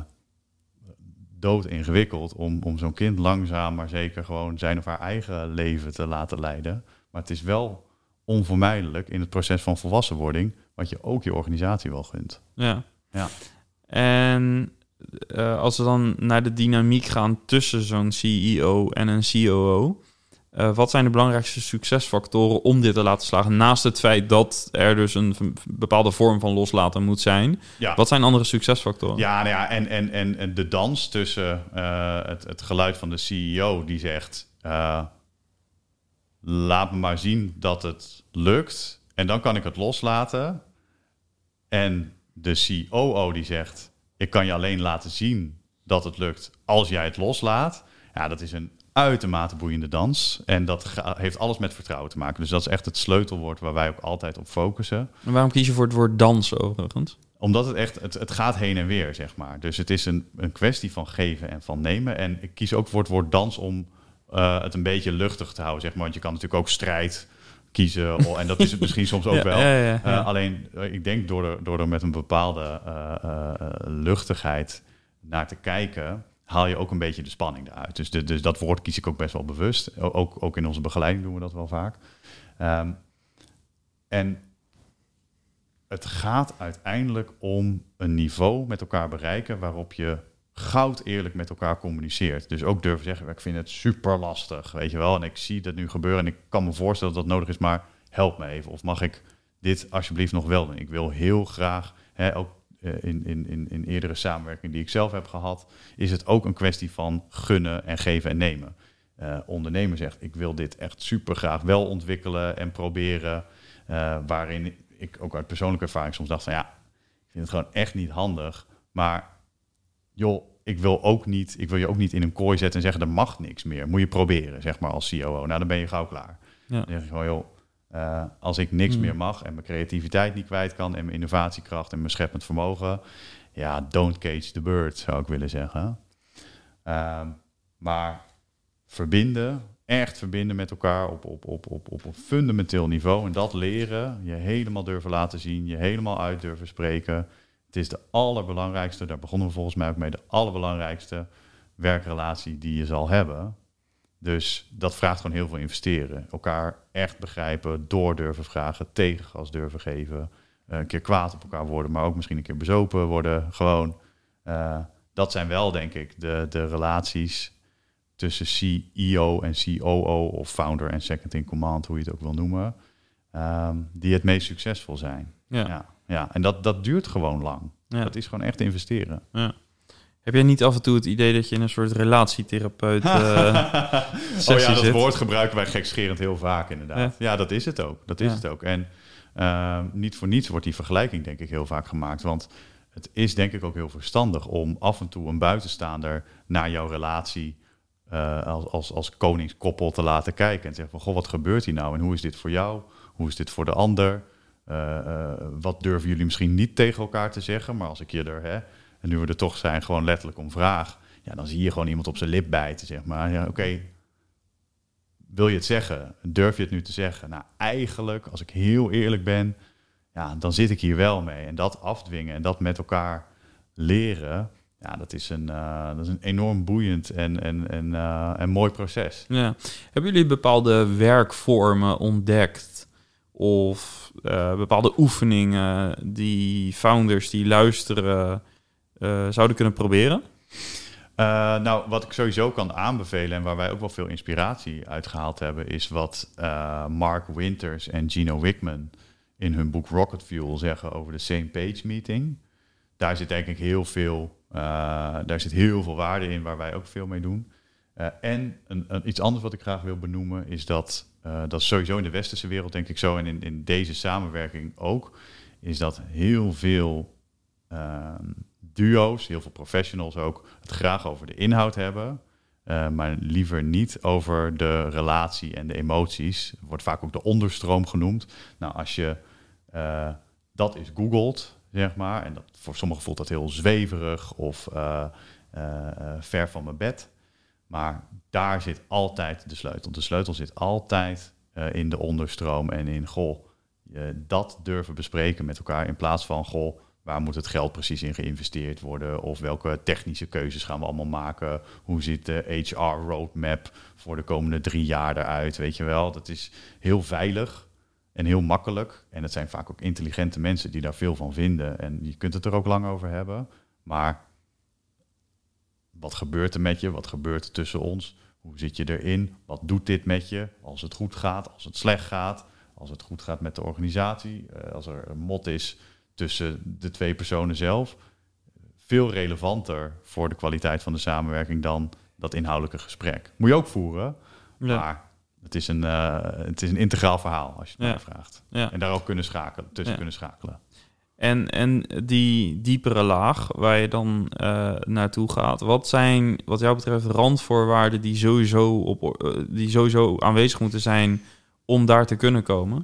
dood ingewikkeld om, om zo'n kind langzaam maar zeker gewoon zijn of haar eigen leven te laten leiden. Maar het is wel onvermijdelijk in het proces van volwassenwording, wat je ook je organisatie wel gunt. Ja. Ja. En uh, als we dan naar de dynamiek gaan tussen zo'n C E O en een C O O, uh, wat zijn de belangrijkste succesfactoren om dit te laten slagen? Naast het feit dat er dus een v- bepaalde vorm van loslaten moet zijn. Ja. Wat zijn andere succesfactoren? Ja, nou ja en, en, en, en de dans tussen uh, het, het geluid van de C E O die zegt, Uh, laat me maar zien dat het lukt en dan kan ik het loslaten. En de C O O die zegt, ik kan je alleen laten zien dat het lukt als jij het loslaat. Ja, dat is een uitermate boeiende dans. En dat ga- heeft alles met vertrouwen te maken. Dus dat is echt het sleutelwoord waar wij ook altijd op focussen. En waarom kies je voor het woord dans overigens? Omdat het echt, het, het gaat heen en weer, zeg maar. Dus het is een, een kwestie van geven en van nemen. En ik kies ook voor het woord dans om uh, het een beetje luchtig te houden, zeg maar. Want je kan natuurlijk ook strijd kiezen. En dat is het misschien soms ook ja, wel. Ja, ja, ja. Uh, alleen, uh, ik denk door er, door er met een bepaalde uh, uh, luchtigheid naar te kijken, haal je ook een beetje de spanning eruit. Dus, de, dus dat woord kies ik ook best wel bewust. Ook, ook in onze begeleiding doen we dat wel vaak. Um, en het gaat uiteindelijk om een niveau met elkaar bereiken waarop je goud eerlijk met elkaar communiceert. Dus ook durven zeggen, ik vind het super lastig, weet je wel. En ik zie dat nu gebeuren en ik kan me voorstellen dat dat nodig is, maar help me even. Of mag ik dit alsjeblieft nog wel doen? Ik wil heel graag, hè, ook in, in, in, in eerdere samenwerking die ik zelf heb gehad, is het ook een kwestie van gunnen en geven en nemen. Uh, ondernemer zegt, ik wil dit echt super graag wel ontwikkelen en proberen, uh, waarin ik ook uit persoonlijke ervaring soms dacht van ja, ik vind het gewoon echt niet handig. Maar joh, ik wil ook niet, ik wil je ook niet in een kooi zetten en zeggen, er mag niks meer. Moet je proberen, zeg maar, als C O O. Nou, dan ben je gauw klaar. Ja. Dan zeg je gewoon, joh, uh, als ik niks mm. meer mag en mijn creativiteit niet kwijt kan en mijn innovatiekracht en mijn scheppend vermogen, ja, don't cage the bird, zou ik willen zeggen. Uh, maar verbinden, echt verbinden met elkaar op, op, op, op, op een fundamenteel niveau. En dat leren, je helemaal durven laten zien, je helemaal uit durven spreken. Het is de allerbelangrijkste, daar begonnen we volgens mij ook mee, de allerbelangrijkste werkrelatie die je zal hebben. Dus dat vraagt gewoon heel veel investeren. Elkaar echt begrijpen, door durven vragen, tegengas durven geven. Een keer kwaad op elkaar worden, maar ook misschien een keer bezopen worden. Gewoon, uh, dat zijn wel, denk ik, de, de relaties tussen C E O en C O O of founder en second in command, hoe je het ook wil noemen, um, die het meest succesvol zijn. Ja, ja, ja. En dat, dat duurt gewoon lang. Ja. Dat is gewoon echt investeren. Ja. Heb jij niet af en toe het idee dat je in een soort relatietherapeut uh, oh ja, dat zit? woord gebruiken wij gekscherend heel vaak inderdaad. Ja, ja dat is het ook. Dat is ja. het ook. En uh, niet voor niets wordt die vergelijking denk ik heel vaak gemaakt. Want het is denk ik ook heel verstandig om af en toe een buitenstaander naar jouw relatie Uh, als, als, als koningskoppel te laten kijken en zeggen van, goh, wat gebeurt hier nou en hoe is dit voor jou? Hoe is dit voor de ander? Uh, uh, wat durven jullie misschien niet tegen elkaar te zeggen? Maar als ik je er, hè, en nu we er toch zijn, gewoon letterlijk om vraag, ja, dan zie je gewoon iemand op zijn lip bijten, zeg maar. Ja, oké, okay. Wil je het zeggen? Durf je het nu te zeggen? Nou, eigenlijk, als ik heel eerlijk ben, ja, dan zit ik hier wel mee. En dat afdwingen en dat met elkaar leren, ja, dat is een, uh, dat is een enorm boeiend en, en, en, uh, en mooi proces. Ja. Hebben jullie bepaalde werkvormen ontdekt of uh, bepaalde oefeningen die founders die luisteren uh, zouden kunnen proberen? Uh, nou, wat ik sowieso kan aanbevelen en waar wij ook wel veel inspiratie uit gehaald hebben, is wat uh, Mark Winters en Gino Wickman in hun boek Rocket Fuel zeggen over de Same Page Meeting. Daar zit denk ik heel veel Uh, daar zit heel veel waarde in waar wij ook veel mee doen. Uh, en een, een, iets anders wat ik graag wil benoemen is dat, uh, dat is sowieso in de westerse wereld denk ik zo en in, in deze samenwerking ook, is dat heel veel uh, duo's, heel veel professionals ook, het graag over de inhoud hebben, uh, maar liever niet over de relatie en de emoties. Wordt vaak ook de onderstroom genoemd. Nou, als je uh, dat is googelt, zeg maar, en dat, voor sommigen voelt dat heel zweverig of uh, uh, uh, ver van mijn bed. Maar daar zit altijd de sleutel. De sleutel zit altijd uh, in de onderstroom en in, goh, uh, dat durven bespreken met elkaar in plaats van, goh, waar moet het geld precies in geïnvesteerd worden? Of welke technische keuzes gaan we allemaal maken? Hoe ziet de H R roadmap voor de komende drie jaar eruit? Weet je wel, dat is heel veilig en heel makkelijk. En het zijn vaak ook intelligente mensen die daar veel van vinden. En je kunt het er ook lang over hebben. Maar wat gebeurt er met je? Wat gebeurt er tussen ons? Hoe zit je erin? Wat doet dit met je? Als het goed gaat, als het slecht gaat, als het goed gaat met de organisatie, uh, als er een mot is tussen de twee personen zelf, veel relevanter voor de kwaliteit van de samenwerking dan dat inhoudelijke gesprek. Moet je ook voeren, ja. maar het is, een, uh, het is een integraal verhaal als je het ja. mij vraagt. Ja. En daar ook kunnen schakelen, tussen ja. kunnen schakelen. En, en die diepere laag waar je dan uh, naartoe gaat, wat zijn wat jou betreft randvoorwaarden die sowieso, op, uh, die sowieso aanwezig moeten zijn om daar te kunnen komen?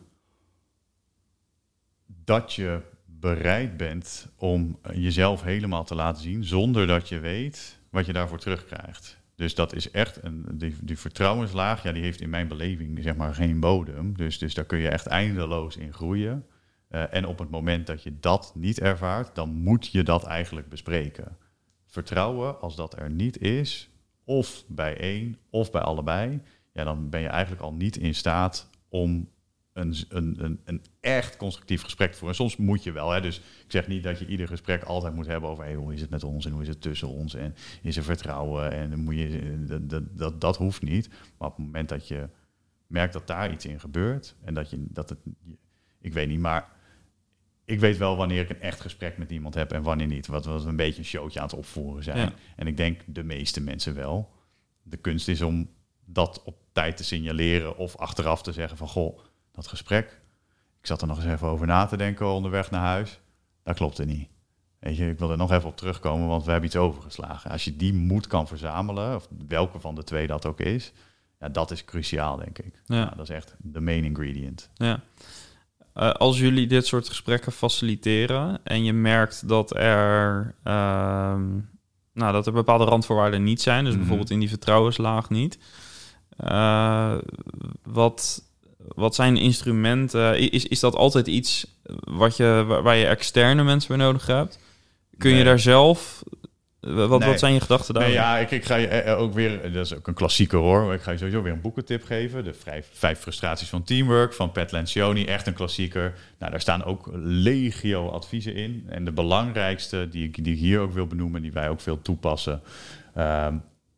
Dat je bereid bent om jezelf helemaal te laten zien zonder dat je weet wat je daarvoor terugkrijgt. Dus dat is echt een die, die vertrouwenslaag, ja, die heeft in mijn beleving zeg maar geen bodem. Dus, dus daar kun je echt eindeloos in groeien. Uh, en op het moment dat je dat niet ervaart, dan moet je dat eigenlijk bespreken. Vertrouwen, als dat er niet is, of bij één of bij allebei, ja, dan ben je eigenlijk al niet in staat om Een, een, een, een echt constructief gesprek te voeren. En soms moet je wel. Hè? Dus ik zeg niet dat je ieder gesprek altijd moet hebben over hey, hoe is het met ons en hoe is het tussen ons en is er vertrouwen en dan moet je dat, dat, dat, dat hoeft niet. Maar op het moment dat je merkt dat daar iets in gebeurt en dat je dat het, ik weet niet, maar ik weet wel wanneer ik een echt gesprek met iemand heb en wanneer niet. Wat we een beetje een showtje aan het opvoeren zijn. Ja. En ik denk de meeste mensen wel. De kunst is om dat op tijd te signaleren of achteraf te zeggen van goh, dat gesprek, ik zat er nog eens even over na te denken onderweg naar huis. Dat klopte niet. Weet je, ik wil er nog even op terugkomen, want we hebben iets overgeslagen. Als je die moed kan verzamelen, of welke van de twee dat ook is, ja, dat is cruciaal, denk ik. Ja. Ja, dat is echt de main ingredient. Ja. Uh, als jullie dit soort gesprekken faciliteren en je merkt dat er, uh, nou, dat er bepaalde randvoorwaarden niet zijn, dus mm-hmm. bijvoorbeeld in die vertrouwenslaag niet, uh, wat... Wat zijn instrumenten? Is, is dat altijd iets wat je, waar, waar je externe mensen bij nodig hebt? Kun nee. je daar zelf... Wat, nee. wat zijn je gedachten daar? Nee, ja, ik, ik ga je ook weer... Dat is ook een klassieker hoor. Ik ga je sowieso weer een boekentip geven. De vijf, vijf frustraties van teamwork van Pat Lencioni. Echt een klassieker. Nou, daar staan ook legio adviezen in. En de belangrijkste die ik, die ik hier ook wil benoemen... die wij ook veel toepassen... Um,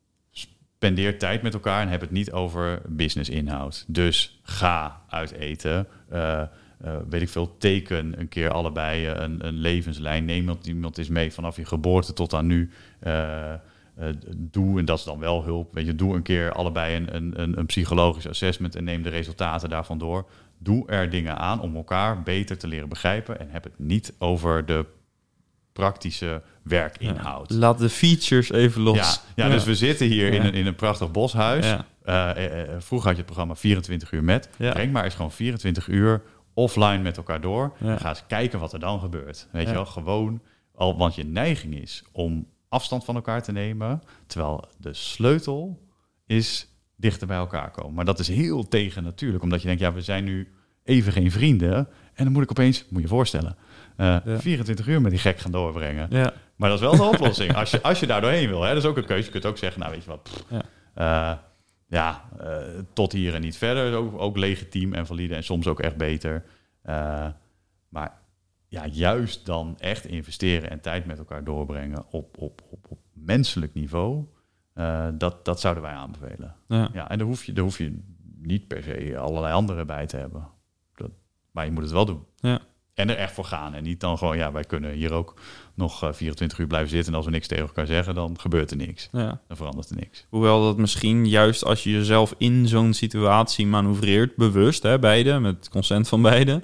Spendeer tijd met elkaar en heb het niet over business inhoud. Dus ga uit eten. Uh, uh, weet ik veel, teken een keer allebei een, een levenslijn. Neem iemand, iemand is mee vanaf je geboorte tot aan nu. Uh, uh, doe, en dat is dan wel hulp. Weet je, doe een keer allebei een, een, een psychologisch assessment en neem de resultaten daarvan door. Doe er dingen aan om elkaar beter te leren begrijpen. En heb het niet over de praktische werkinhoud. Ja, laat de features even los. Ja, ja, ja. Dus we zitten hier ja. in, een, in een prachtig boshuis. Ja. Uh, uh, uh, vroeger had je het programma vierentwintig uur met. Ja. Breng maar eens gewoon vierentwintig uur offline met elkaar door. Ja. Ga eens kijken wat er dan gebeurt. Weet ja. je wel, gewoon... Al, want je neiging is om afstand van elkaar te nemen, terwijl de sleutel is dichter bij elkaar komen. Maar dat is heel tegen natuurlijk, omdat je denkt, ja, we zijn nu even geen vrienden. En dan moet ik opeens, moet je voorstellen, uh, ja. vierentwintig uur met die gek gaan doorbrengen. Ja. Maar dat is wel de oplossing. Als je, als je daar doorheen wil, hè, dat is ook een keuze. Je kunt ook zeggen, nou weet je wat, pff, ja, uh, ja uh, tot hier en niet verder. Is ook, ook legitiem en valide en soms ook echt beter. Uh, maar ja, juist dan echt investeren en tijd met elkaar doorbrengen op, op, op, op menselijk niveau, uh, dat, dat zouden wij aanbevelen. Ja. Ja, en daar hoef, je, daar hoef je niet per se allerlei anderen bij te hebben. Dat, maar je moet het wel doen. Ja. En er echt voor gaan. En niet dan gewoon, ja, wij kunnen hier ook nog uh, vierentwintig uur blijven zitten en als we niks tegen elkaar zeggen, dan gebeurt er niks. Ja. Dan verandert er niks. Hoewel dat misschien juist als je jezelf in zo'n situatie manoeuvreert, bewust, hè, beide, met consent van beide,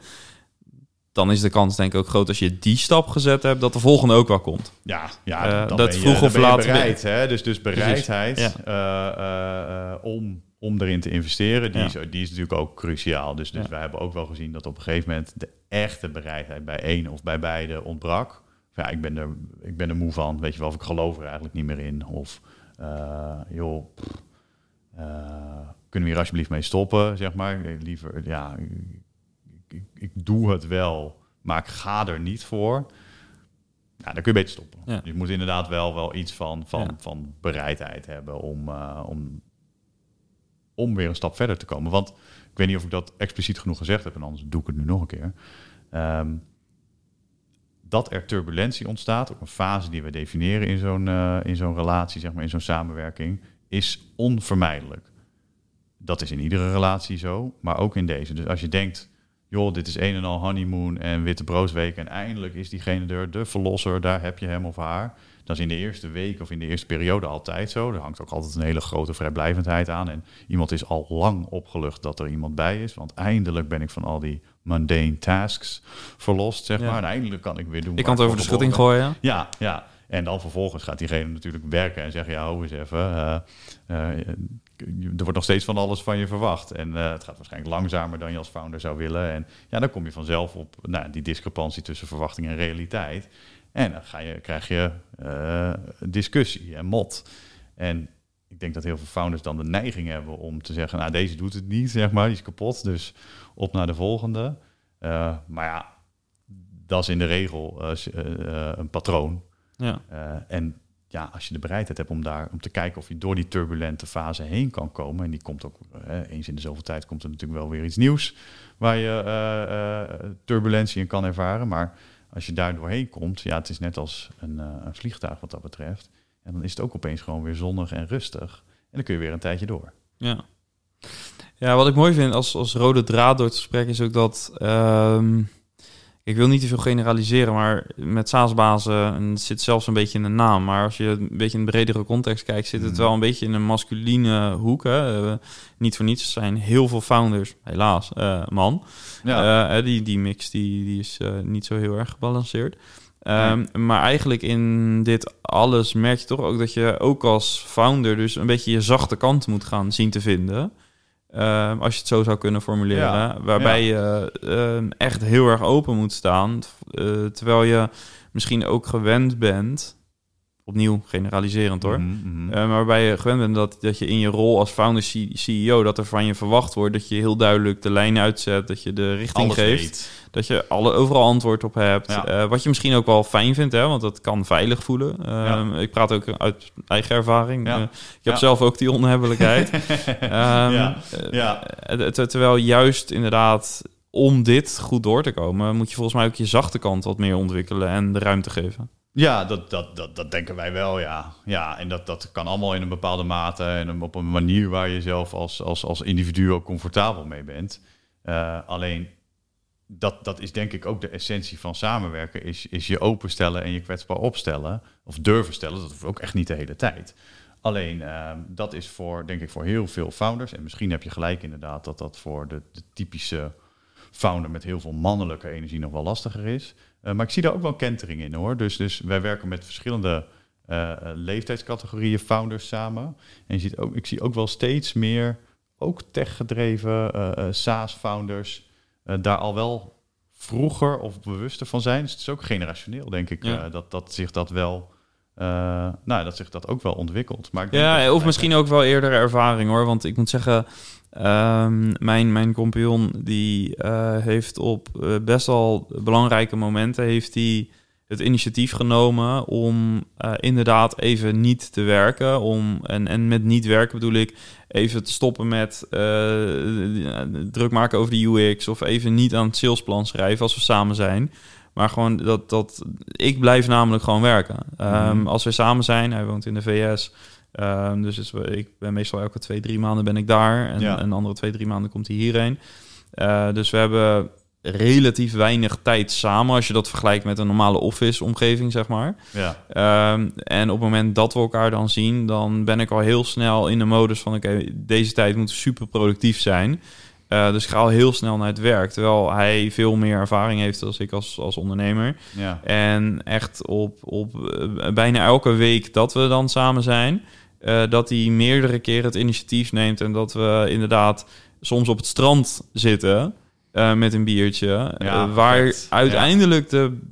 dan is de kans denk ik ook groot als je die stap gezet hebt, dat de volgende ook wel komt. Ja, ja, uh, dan dat ben je, vroeg of laat bereid. Hè? Dus, dus bereidheid ja. uh, uh, om, om erin te investeren, die, ja. is, die is natuurlijk ook cruciaal. Dus, dus ja. wij hebben ook wel gezien dat op een gegeven moment de echte bereidheid bij één of bij beide ontbrak. Ja, ik ben er, ik ben er moe van, weet je wel, of ik geloof er eigenlijk niet meer in. Of uh, joh, pff, uh, kunnen we hier alsjeblieft mee stoppen, zeg maar. Liever, ja, ik, ik, ik doe het wel, maar ik ga er niet voor. Ja, dan kun je beter stoppen. Ja. Je moet inderdaad wel, wel iets van, van, ja. van bereidheid hebben om, uh, om, om weer een stap verder te komen. Want ik weet niet of ik dat expliciet genoeg gezegd heb, en anders doe ik het nu nog een keer. Um, dat er turbulentie ontstaat, ook een fase die we definiëren in zo'n, uh, in zo'n relatie, zeg maar, in zo'n samenwerking, is onvermijdelijk. Dat is in iedere relatie zo, maar ook in deze. Dus als je denkt, joh, dit is een en al honeymoon en witte broodweek en eindelijk is diegene er, de verlosser, daar heb je hem of haar. Dat is in de eerste week of in de eerste periode altijd zo. Er hangt ook altijd een hele grote vrijblijvendheid aan. En iemand is al lang opgelucht dat er iemand bij is. Want eindelijk ben ik van al die mundane tasks verlost, zeg ja. maar. En eindelijk kan ik weer doen. Ik kan het over de schutting gooien. Ja, ja. En dan vervolgens gaat diegene natuurlijk werken en zeggen, ja, hou eens even. Uh, uh, er wordt nog steeds van alles van je verwacht. En uh, het gaat waarschijnlijk langzamer dan je als founder zou willen. En ja, dan kom je vanzelf op nou, die discrepantie tussen verwachting en realiteit. En dan ga je, krijg je uh, discussie en mot. En ik denk dat heel veel founders dan de neiging hebben om te zeggen, nou, deze doet het niet, zeg maar, die is kapot, dus op naar de volgende. Uh, maar ja, dat is in de regel uh, uh, een patroon. Ja. Uh, en ja, als je de bereidheid hebt om daar om te kijken of je door die turbulente fase heen kan komen, en die komt ook uh, eens in de zoveel tijd komt er natuurlijk wel weer iets nieuws waar je uh, uh, turbulentie in kan ervaren, maar als je daar doorheen komt, ja, het is net als een, uh, een vliegtuig wat dat betreft. En dan is het ook opeens gewoon weer zonnig en rustig. En dan kun je weer een tijdje door. Ja, ja, wat ik mooi vind als, als rode draad door het gesprek is ook dat... Um, ik wil niet te veel generaliseren, maar met SaaS-bazen, en het zit zelfs een beetje in de naam, maar als je een beetje in een bredere context kijkt, zit het wel een beetje in een masculine hoek. Hè? Uh, niet voor niets zijn heel veel founders, helaas, uh, man. Ja. Uh, die, die mix die, die is uh, niet zo heel erg gebalanceerd. Um, nee. Maar eigenlijk in dit alles merk je toch ook dat je ook als founder dus een beetje je zachte kant moet gaan zien te vinden. Uh, als je het zo zou kunnen formuleren. Ja, waarbij ja. je uh, echt heel erg open moet staan. Uh, terwijl je misschien ook gewend bent... Opnieuw generaliserend hoor. Mm-hmm. Uh, maar waarbij je gewend bent dat, dat je in je rol als founder C E O... dat er van je verwacht wordt dat je heel duidelijk de lijn uitzet. Dat je de richting Alles geeft. Weet. Dat je alle, overal antwoord op hebt. Ja. Uh, wat je misschien ook wel fijn vindt, hè, want dat kan veilig voelen. Uh, ja. Ik praat ook uit eigen ervaring. Ja. Uh, ik heb ja. zelf ook die onhebbelijkheid. um, ja. Ja. Uh, ter, terwijl juist inderdaad om dit goed door te komen... moet je volgens mij ook je zachte kant wat meer ontwikkelen en de ruimte geven. Ja, dat, dat, dat, dat denken wij wel, ja. Ja, en dat, dat kan allemaal in een bepaalde mate... en op een manier waar je zelf als, als, als individu ook comfortabel mee bent. Uh, alleen... Dat, dat is denk ik ook de essentie van samenwerken, is, is je openstellen en je kwetsbaar opstellen. Of durven stellen, dat hoeft ook echt niet de hele tijd. Alleen, uh, dat is voor, denk ik, voor heel veel founders. En misschien heb je gelijk inderdaad dat dat voor de, de typische founder met heel veel mannelijke energie nog wel lastiger is. Uh, maar ik zie daar ook wel kentering in, hoor. Dus, dus wij werken met verschillende uh, leeftijdscategorieën founders samen. En je ziet ook, ik zie ook wel steeds meer, ook tech-gedreven uh, uh, SaaS-founders... Uh, daar al wel vroeger of bewuster van zijn. Dus het is ook generationeel, denk ik, ja. uh, dat, dat zich dat wel... Uh, nou, dat zich dat ook wel ontwikkelt. Maar ik denk ja, dat of misschien ook wel eerder ervaring, hoor. Want ik moet zeggen, um, mijn, mijn compagnon... die uh, heeft op uh, best wel belangrijke momenten... heeft hij het initiatief genomen om uh, inderdaad even niet te werken. Om, en, en met niet werken bedoel ik even te stoppen met uh, druk maken over de U X... of even niet aan het salesplan schrijven als we samen zijn. Maar gewoon dat, dat ik blijf namelijk gewoon werken. Um, mm. Als we samen zijn, hij woont in de V S... Um, dus is, ik ben meestal elke twee, drie maanden ben ik daar. En, ja. en de andere twee, drie maanden komt hij hierheen. Uh, dus we hebben... relatief weinig tijd samen... als je dat vergelijkt met een normale office-omgeving, zeg maar. Ja. Um, en op het moment dat we elkaar dan zien... dan ben ik al heel snel in de modus van... oké, okay, deze tijd moet super productief zijn. Uh, dus ik ga al heel snel naar het werk. Terwijl hij veel meer ervaring heeft dan ik als, als ondernemer. Ja. En echt op, op uh, bijna elke week dat we dan samen zijn... Uh, dat hij meerdere keren het initiatief neemt... en dat we inderdaad soms op het strand zitten... Uh, met een biertje, ja, uh, waar vet. uiteindelijk ja. de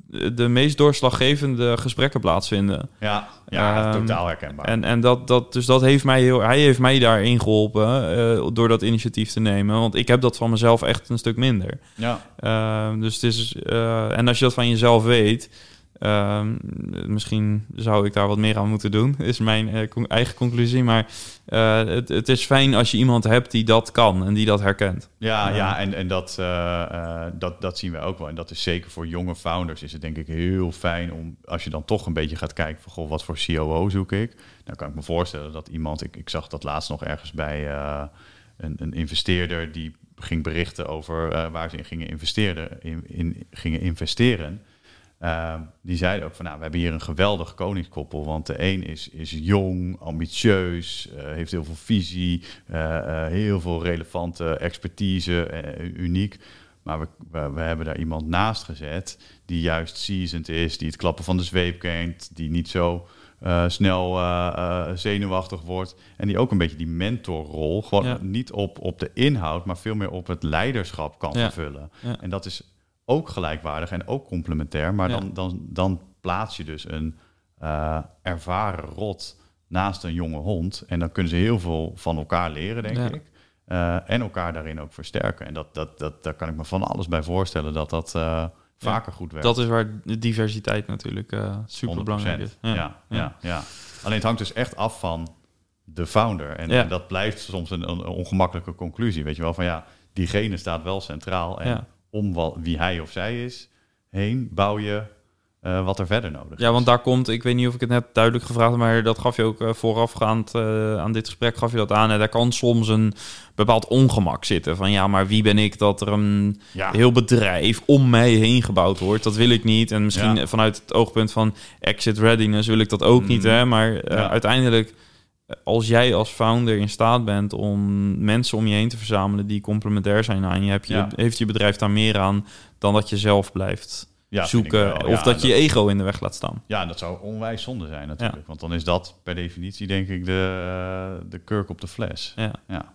de meest doorslaggevende gesprekken plaatsvinden. Ja, ja um, totaal herkenbaar. En, en dat, dat, dus dat heeft mij heel, hij heeft mij daarin geholpen uh, door dat initiatief te nemen. Want ik heb dat van mezelf echt een stuk minder. Ja. Uh, dus het is, uh, en als je dat van jezelf weet, uh, misschien zou ik daar wat meer aan moeten doen, is mijn uh, con- eigen conclusie. Maar uh, het, het is fijn als je iemand hebt die dat kan en die dat herkent. Ja, uh, ja en, en dat, uh, uh, dat, dat zien we ook wel. En dat is zeker voor jonge founders is het denk ik heel fijn om, als je dan toch een beetje gaat kijken van, goh, wat voor C O O zoek ik? Dan kan ik me voorstellen dat iemand, ik, ik zag dat laatst nog ergens bij uh, een, een investeerder die ging berichten over uh, waar ze in gingen investeren. In, in, gingen investeren. Uh, die zeiden ook van, nou, we hebben hier een geweldig koningskoppel, want de een is, is jong, ambitieus, uh, heeft heel veel visie, uh, uh, heel veel relevante expertise, uh, uniek. Maar we, we, we hebben daar iemand naast gezet die juist seasoned is, die het klappen van de zweep kent, die niet zo uh, snel uh, uh, zenuwachtig wordt en die ook een beetje die mentorrol, gewoon ja. niet op, op de inhoud, maar veel meer op het leiderschap kan ja. vervullen. Ja. En dat is ook gelijkwaardig en ook complementair. Maar ja. dan, dan, dan plaats je dus een uh, ervaren rot naast een jonge hond. En dan kunnen ze heel veel van elkaar leren, denk ja. ik. Uh, en elkaar daarin ook versterken. En dat, dat, dat, daar kan ik me van alles bij voorstellen dat dat uh, vaker ja. goed werkt. Dat is waar de diversiteit natuurlijk uh, super belangrijk is. Ja. Ja, ja. Ja, ja. Alleen het hangt dus echt af van de founder. En, ja. en dat blijft soms een, een ongemakkelijke conclusie. Weet je wel, van ja, diegene staat wel centraal. En ja. om wat, wie hij of zij is, heen bouw je uh, wat er verder nodig is. Ja, want daar komt, ik weet niet of ik het net duidelijk gevraagd heb, maar dat gaf je ook uh, voorafgaand uh, aan dit gesprek, gaf je dat aan. En daar kan soms een bepaald ongemak zitten. Van ja, maar wie ben ik dat er een ja. heel bedrijf om mij heen gebouwd wordt? Dat wil ik niet. En misschien ja. vanuit het oogpunt van exit readiness wil ik dat ook mm. niet. Hè? Maar uh, ja. uiteindelijk, als jij als founder in staat bent om mensen om je heen te verzamelen die complementair zijn aan je, heb je ja. heeft je bedrijf daar meer aan dan dat je zelf blijft ja, zoeken of ja, dat je je ego in de weg laat staan. Ja, dat zou onwijs zonde zijn natuurlijk. Ja. Want dan is dat per definitie denk ik de, uh, de kurk op de fles. Ja. Ja.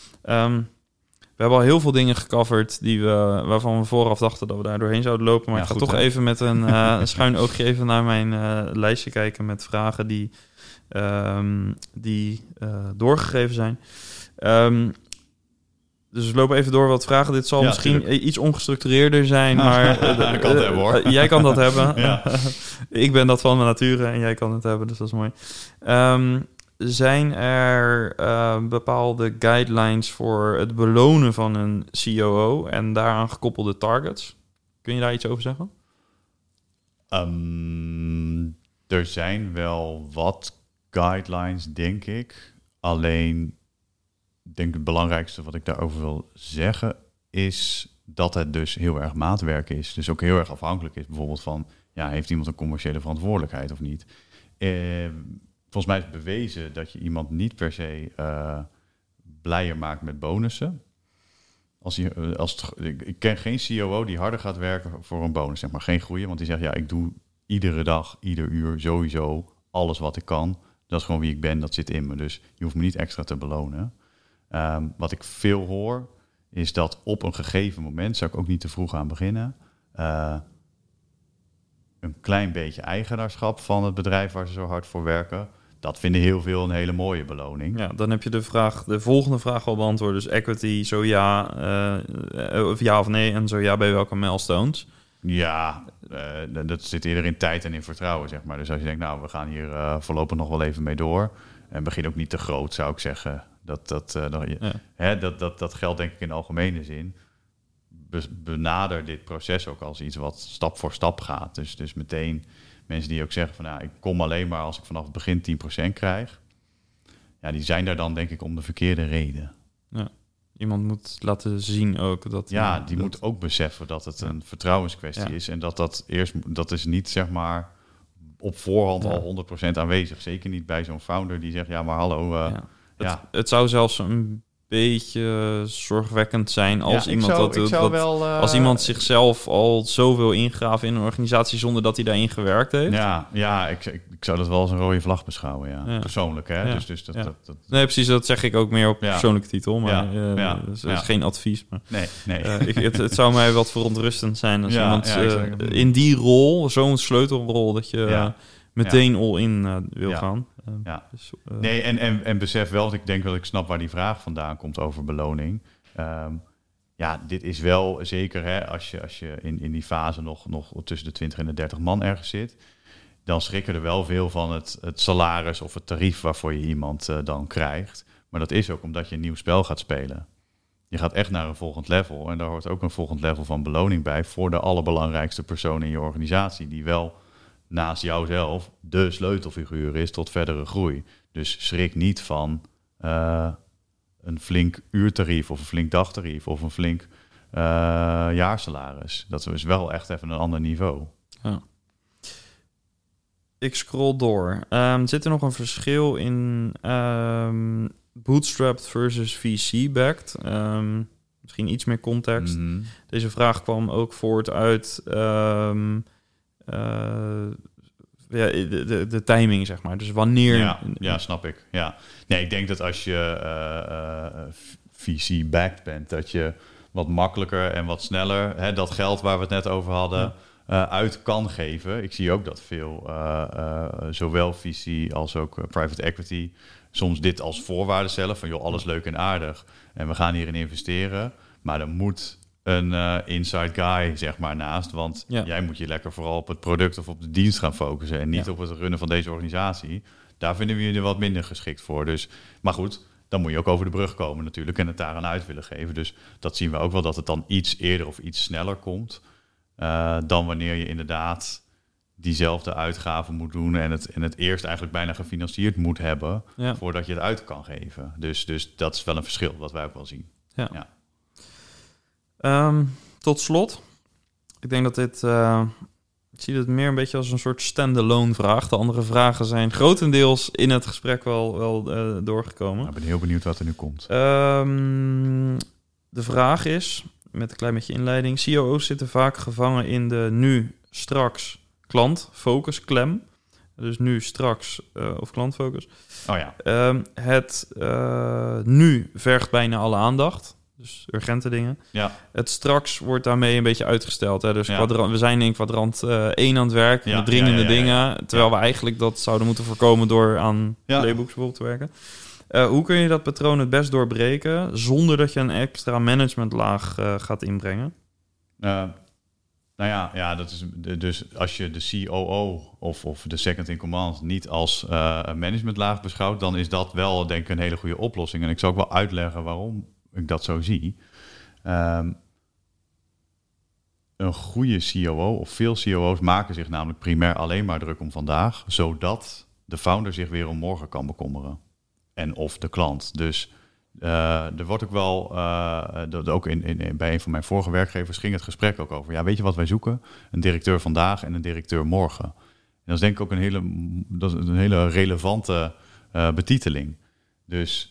Um, we hebben al heel veel dingen gecoverd die we, waarvan we vooraf dachten dat we daar doorheen zouden lopen. Maar ja, ik ga goed, toch hè? even met een, uh, een schuin oogje even naar mijn uh, lijstje kijken met vragen die Um, die uh, doorgegeven zijn. Um, dus we lopen even door wat vragen. Dit zal ja, misschien tuurlijk. iets ongestructureerder zijn, maar uh, kan het hebben, hoor. Uh, jij kan dat hebben. Ja. Ik ben dat van mijn nature en jij kan het hebben, dus dat is mooi. Um, zijn er uh, bepaalde guidelines voor het belonen van een C O O en daaraan gekoppelde targets? Kun je daar iets over zeggen? Um, er zijn wel wat guidelines, denk ik. Alleen, ik denk het belangrijkste wat ik daarover wil zeggen is dat het dus heel erg maatwerk is. Dus ook heel erg afhankelijk is bijvoorbeeld van, ja, heeft iemand een commerciële verantwoordelijkheid of niet? Eh, volgens mij is het bewezen dat je iemand niet per se uh, blijer maakt met bonussen. Als je, als het, ik, ik ken geen C O O die harder gaat werken voor een bonus, zeg maar. Geen groeien, want die zegt, ja, ik doe iedere dag, ieder uur sowieso alles wat ik kan. Dat is gewoon wie ik ben, dat zit in me. Dus je hoeft me niet extra te belonen. Um, wat ik veel hoor, is dat op een gegeven moment, zou ik ook niet te vroeg aan beginnen, uh, een klein beetje eigenaarschap van het bedrijf waar ze zo hard voor werken, dat vinden heel veel een hele mooie beloning. Ja, dan heb je de vraag, de volgende vraag al beantwoord. Dus equity, zo ja, uh, of ja of nee, en zo ja, bij welke milestones? Ja, uh, dat zit eerder in tijd en in vertrouwen, zeg maar. Dus als je denkt, nou, we gaan hier uh, voorlopig nog wel even mee door. En begin ook niet te groot, zou ik zeggen. Dat, dat, uh, dat, ja. hè, dat, dat, dat geldt denk ik in de algemene zin. Be- benader dit proces ook als iets wat stap voor stap gaat. Dus, dus meteen mensen die ook zeggen van, nou, ik kom alleen maar als ik vanaf het begin tien procent krijg. Ja, die zijn daar dan denk ik om de verkeerde reden. Ja. Iemand moet laten zien ook dat... Ja, die dat... moet ook beseffen dat het een vertrouwenskwestie ja. is. En dat dat eerst... Dat is niet, zeg maar, op voorhand ja. al honderd procent aanwezig. Zeker niet bij zo'n founder die zegt, ja, maar hallo... Uh, ja. Ja. Het, het zou zelfs een beetje zorgwekkend zijn als ja, iemand zou, dat, dat, dat wel, uh, als iemand zichzelf al zoveel ingraaft in een organisatie zonder dat hij daarin gewerkt heeft. Ja, ja ik, ik, ik zou dat wel als een rode vlag beschouwen, ja. ja. Persoonlijk, hè. Ja. Dus, dus dat, ja. dat, dat... Nee, precies, dat zeg ik ook meer op ja. persoonlijke titel, maar ja. Uh, ja. dat is ja. geen advies. Maar, nee, nee. Uh, ik, het, het zou mij wat verontrustend zijn als ja, iemand ja, uh, in die rol, zo'n sleutelrol, dat je ja. uh, meteen ja. all in uh, wil ja. gaan. Uh, ja. Dus, uh, nee, en, en, en besef wel, dat ik denk dat ik snap waar die vraag vandaan komt over beloning. Um, ja, dit is wel zeker, hè, als je, als je in, in die fase nog, nog tussen de twintig en de dertig man ergens zit, dan schrikken er wel veel van het, het salaris of het tarief waarvoor je iemand uh, dan krijgt. Maar dat is ook omdat je een nieuw spel gaat spelen. Je gaat echt naar een volgend level. En daar hoort ook een volgend level van beloning bij voor de allerbelangrijkste persoon in je organisatie, die wel naast jouzelf de sleutelfiguur is tot verdere groei. Dus schrik niet van uh, een flink uurtarief of een flink dagtarief of een flink uh, jaarsalaris. Dat is wel echt even een ander niveau. Ja. Ik scroll door. Um, zit er nog een verschil in um, bootstrapped versus V C-backed? Um, misschien iets meer context. Mm-hmm. Deze vraag kwam ook voort uit Um, uh, ja, de, de, de timing, zeg maar. Dus wanneer... Ja, ja, snap ik. Ja. Nee, ik denk dat als je uh, uh, V C-backed bent, dat je wat makkelijker en wat sneller hè, dat geld waar we het net over hadden ja. uh, uit kan geven. Ik zie ook dat veel, uh, uh, zowel V C als ook uh, private equity, soms dit als voorwaarde stellen van joh, alles leuk en aardig en we gaan hierin investeren, maar er moet een uh, inside guy, zeg maar, naast. Want ja. jij moet je lekker vooral op het product of op de dienst gaan focussen en niet ja. op het runnen van deze organisatie. Daar vinden we je er wat minder geschikt voor. Dus, maar goed, dan moet je ook over de brug komen natuurlijk en het daaraan uit willen geven. Dus dat zien we ook wel, dat het dan iets eerder of iets sneller komt uh, dan wanneer je inderdaad diezelfde uitgaven moet doen en het, en het eerst eigenlijk bijna gefinancierd moet hebben ja. voordat je het uit kan geven. Dus, dus dat is wel een verschil, wat wij ook wel zien. Ja. ja. Um, tot slot, ik denk dat dit, uh, ik zie het meer een beetje als een soort stand-alone vraag. De andere vragen zijn grotendeels in het gesprek wel, wel uh, doorgekomen. Nou, ik ben heel benieuwd wat er nu komt. Um, de vraag is, met een klein beetje inleiding, C O O's zitten vaak gevangen in de nu, straks, klant, focus, klem. Dus nu, straks uh, of klantfocus. Oh ja. Um, het uh, nu vergt bijna alle aandacht. Dus urgente dingen. Ja. Het straks wordt daarmee een beetje uitgesteld. Hè? Dus ja. kwadrant, we zijn in kwadrant uh, één aan het werk, ja. met dringende ja, ja, ja, dingen. ja. Terwijl ja. we eigenlijk dat zouden moeten voorkomen door aan ja. playbooks bijvoorbeeld te werken. Uh, hoe kun je dat patroon het best doorbreken zonder dat je een extra managementlaag uh, gaat inbrengen? Uh, nou ja, ja, dat is de, dus als je de C O O of, of de second in command niet als uh, een managementlaag beschouwt, dan is dat wel denk ik een hele goede oplossing. En ik zal ook wel uitleggen waarom ik dat zo zie. Um, een goede C O O of veel C O O's maken zich namelijk primair alleen maar druk om vandaag, zodat de founder zich weer om morgen kan bekommeren. En of de klant. Dus uh, er wordt ook wel, uh, dat ook in, in, bij een van mijn vorige werkgevers ging het gesprek ook over. Ja, weet je wat wij zoeken? Een directeur vandaag en een directeur morgen. En dat is denk ik ook een hele, dat is een hele relevante uh, betiteling. Dus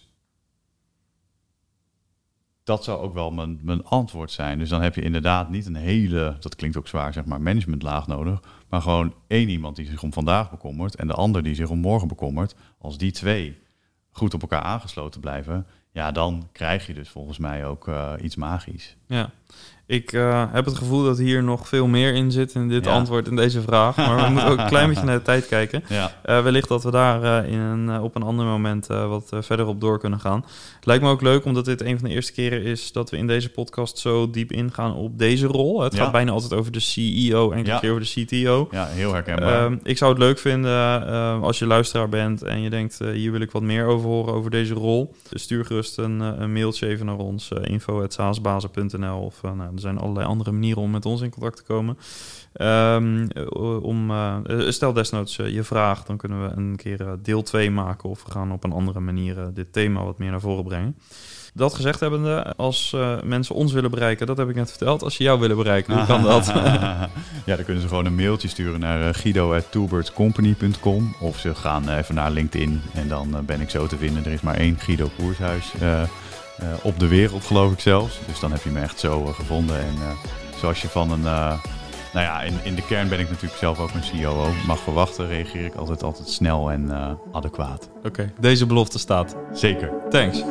dat zou ook wel mijn, mijn antwoord zijn. Dus dan heb je inderdaad niet een hele, dat klinkt ook zwaar, zeg maar, managementlaag nodig, maar gewoon één iemand die zich om vandaag bekommert en de ander die zich om morgen bekommert. Als die twee goed op elkaar aangesloten blijven, ja, dan krijg je dus volgens mij ook uh, iets magisch. Ja, ik uh, heb het gevoel dat hier nog veel meer in zit in dit ja. antwoord in deze vraag. Maar we moeten ook een klein beetje naar de tijd kijken. Ja. Uh, wellicht dat we daar uh, in een, uh, op een ander moment uh, wat uh, verder op door kunnen gaan. Het lijkt me ook leuk, omdat dit een van de eerste keren is dat we in deze podcast zo diep ingaan op deze rol. Het ja. gaat bijna altijd over de C E O en ja. een keer over de C T O. Ja, heel herkenbaar. Uh, ik zou het leuk vinden uh, als je luisteraar bent en je denkt, uh, hier wil ik wat meer over horen over deze rol. Dus stuur gerust een, uh, een mailtje even naar ons, uh, info at saasbazen punt n l of uh, nou, er zijn allerlei andere manieren om met ons in contact te komen. Um, om, uh, stel desnoods uh, je vraag, dan kunnen we een keer uh, deel twee maken of we gaan op een andere manier uh, dit thema wat meer naar voren brengen. Dat gezegd hebbende, als uh, mensen ons willen bereiken, dat heb ik net verteld. Als ze jou willen bereiken, hoe kan dat? Ja, dan kunnen ze gewoon een mailtje sturen naar uh, guido at two birds company punt com of ze gaan uh, even naar LinkedIn en dan uh, ben ik zo te vinden. Er is maar één Guido Koershuis uh, uh, op de wereld, geloof ik zelfs. Dus dan heb je me echt zo uh, gevonden. En uh, zoals je van een... Uh, nou ja, in, in de kern ben ik natuurlijk zelf ook een C O O. Mag verwachten, reageer ik altijd, altijd snel en uh, adequaat. Oké, okay. Deze belofte staat. Zeker. Thanks.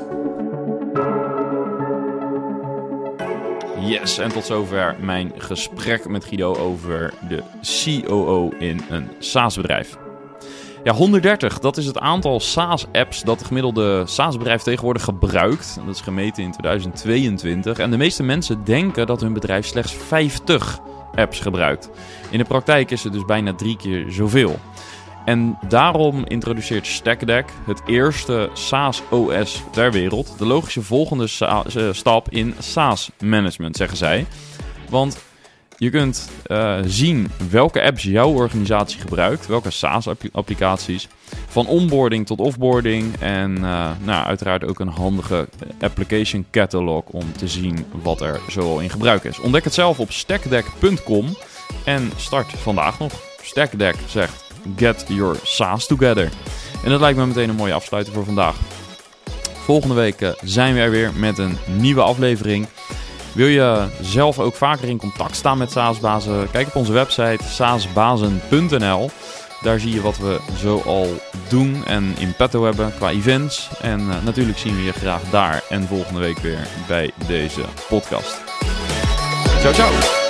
Yes, en tot zover mijn gesprek met Guido over de C O O in een SaaS-bedrijf. Ja, honderddertig, dat is het aantal SaaS-apps dat de gemiddelde SaaS-bedrijf tegenwoordig gebruikt. Dat is gemeten in tweeduizend tweeëntwintig. En de meeste mensen denken dat hun bedrijf slechts vijftig apps gebruikt. In de praktijk is het dus bijna drie keer zoveel. En daarom introduceert StackDeck, het eerste SaaS-O S ter wereld, de logische volgende sa- stap in SaaS-management, zeggen zij. Want je kunt uh, zien welke apps jouw organisatie gebruikt, welke SaaS-applicaties, van onboarding tot offboarding en uh, nou, uiteraard ook een handige application catalog om te zien wat er zoal in gebruik is. Ontdek het zelf op stackdeck punt com en start vandaag nog. StackDeck zegt: get your SaaS together. En dat lijkt me meteen een mooie afsluiting voor vandaag. Volgende week uh, zijn we er weer met een nieuwe aflevering. Wil je zelf ook vaker in contact staan met SaaS-bazen? Kijk op onze website saasbazen punt n l. Daar zie je wat we zoal doen en in petto hebben qua events. En uh, natuurlijk zien we je graag daar en volgende week weer bij deze podcast. Ciao, ciao!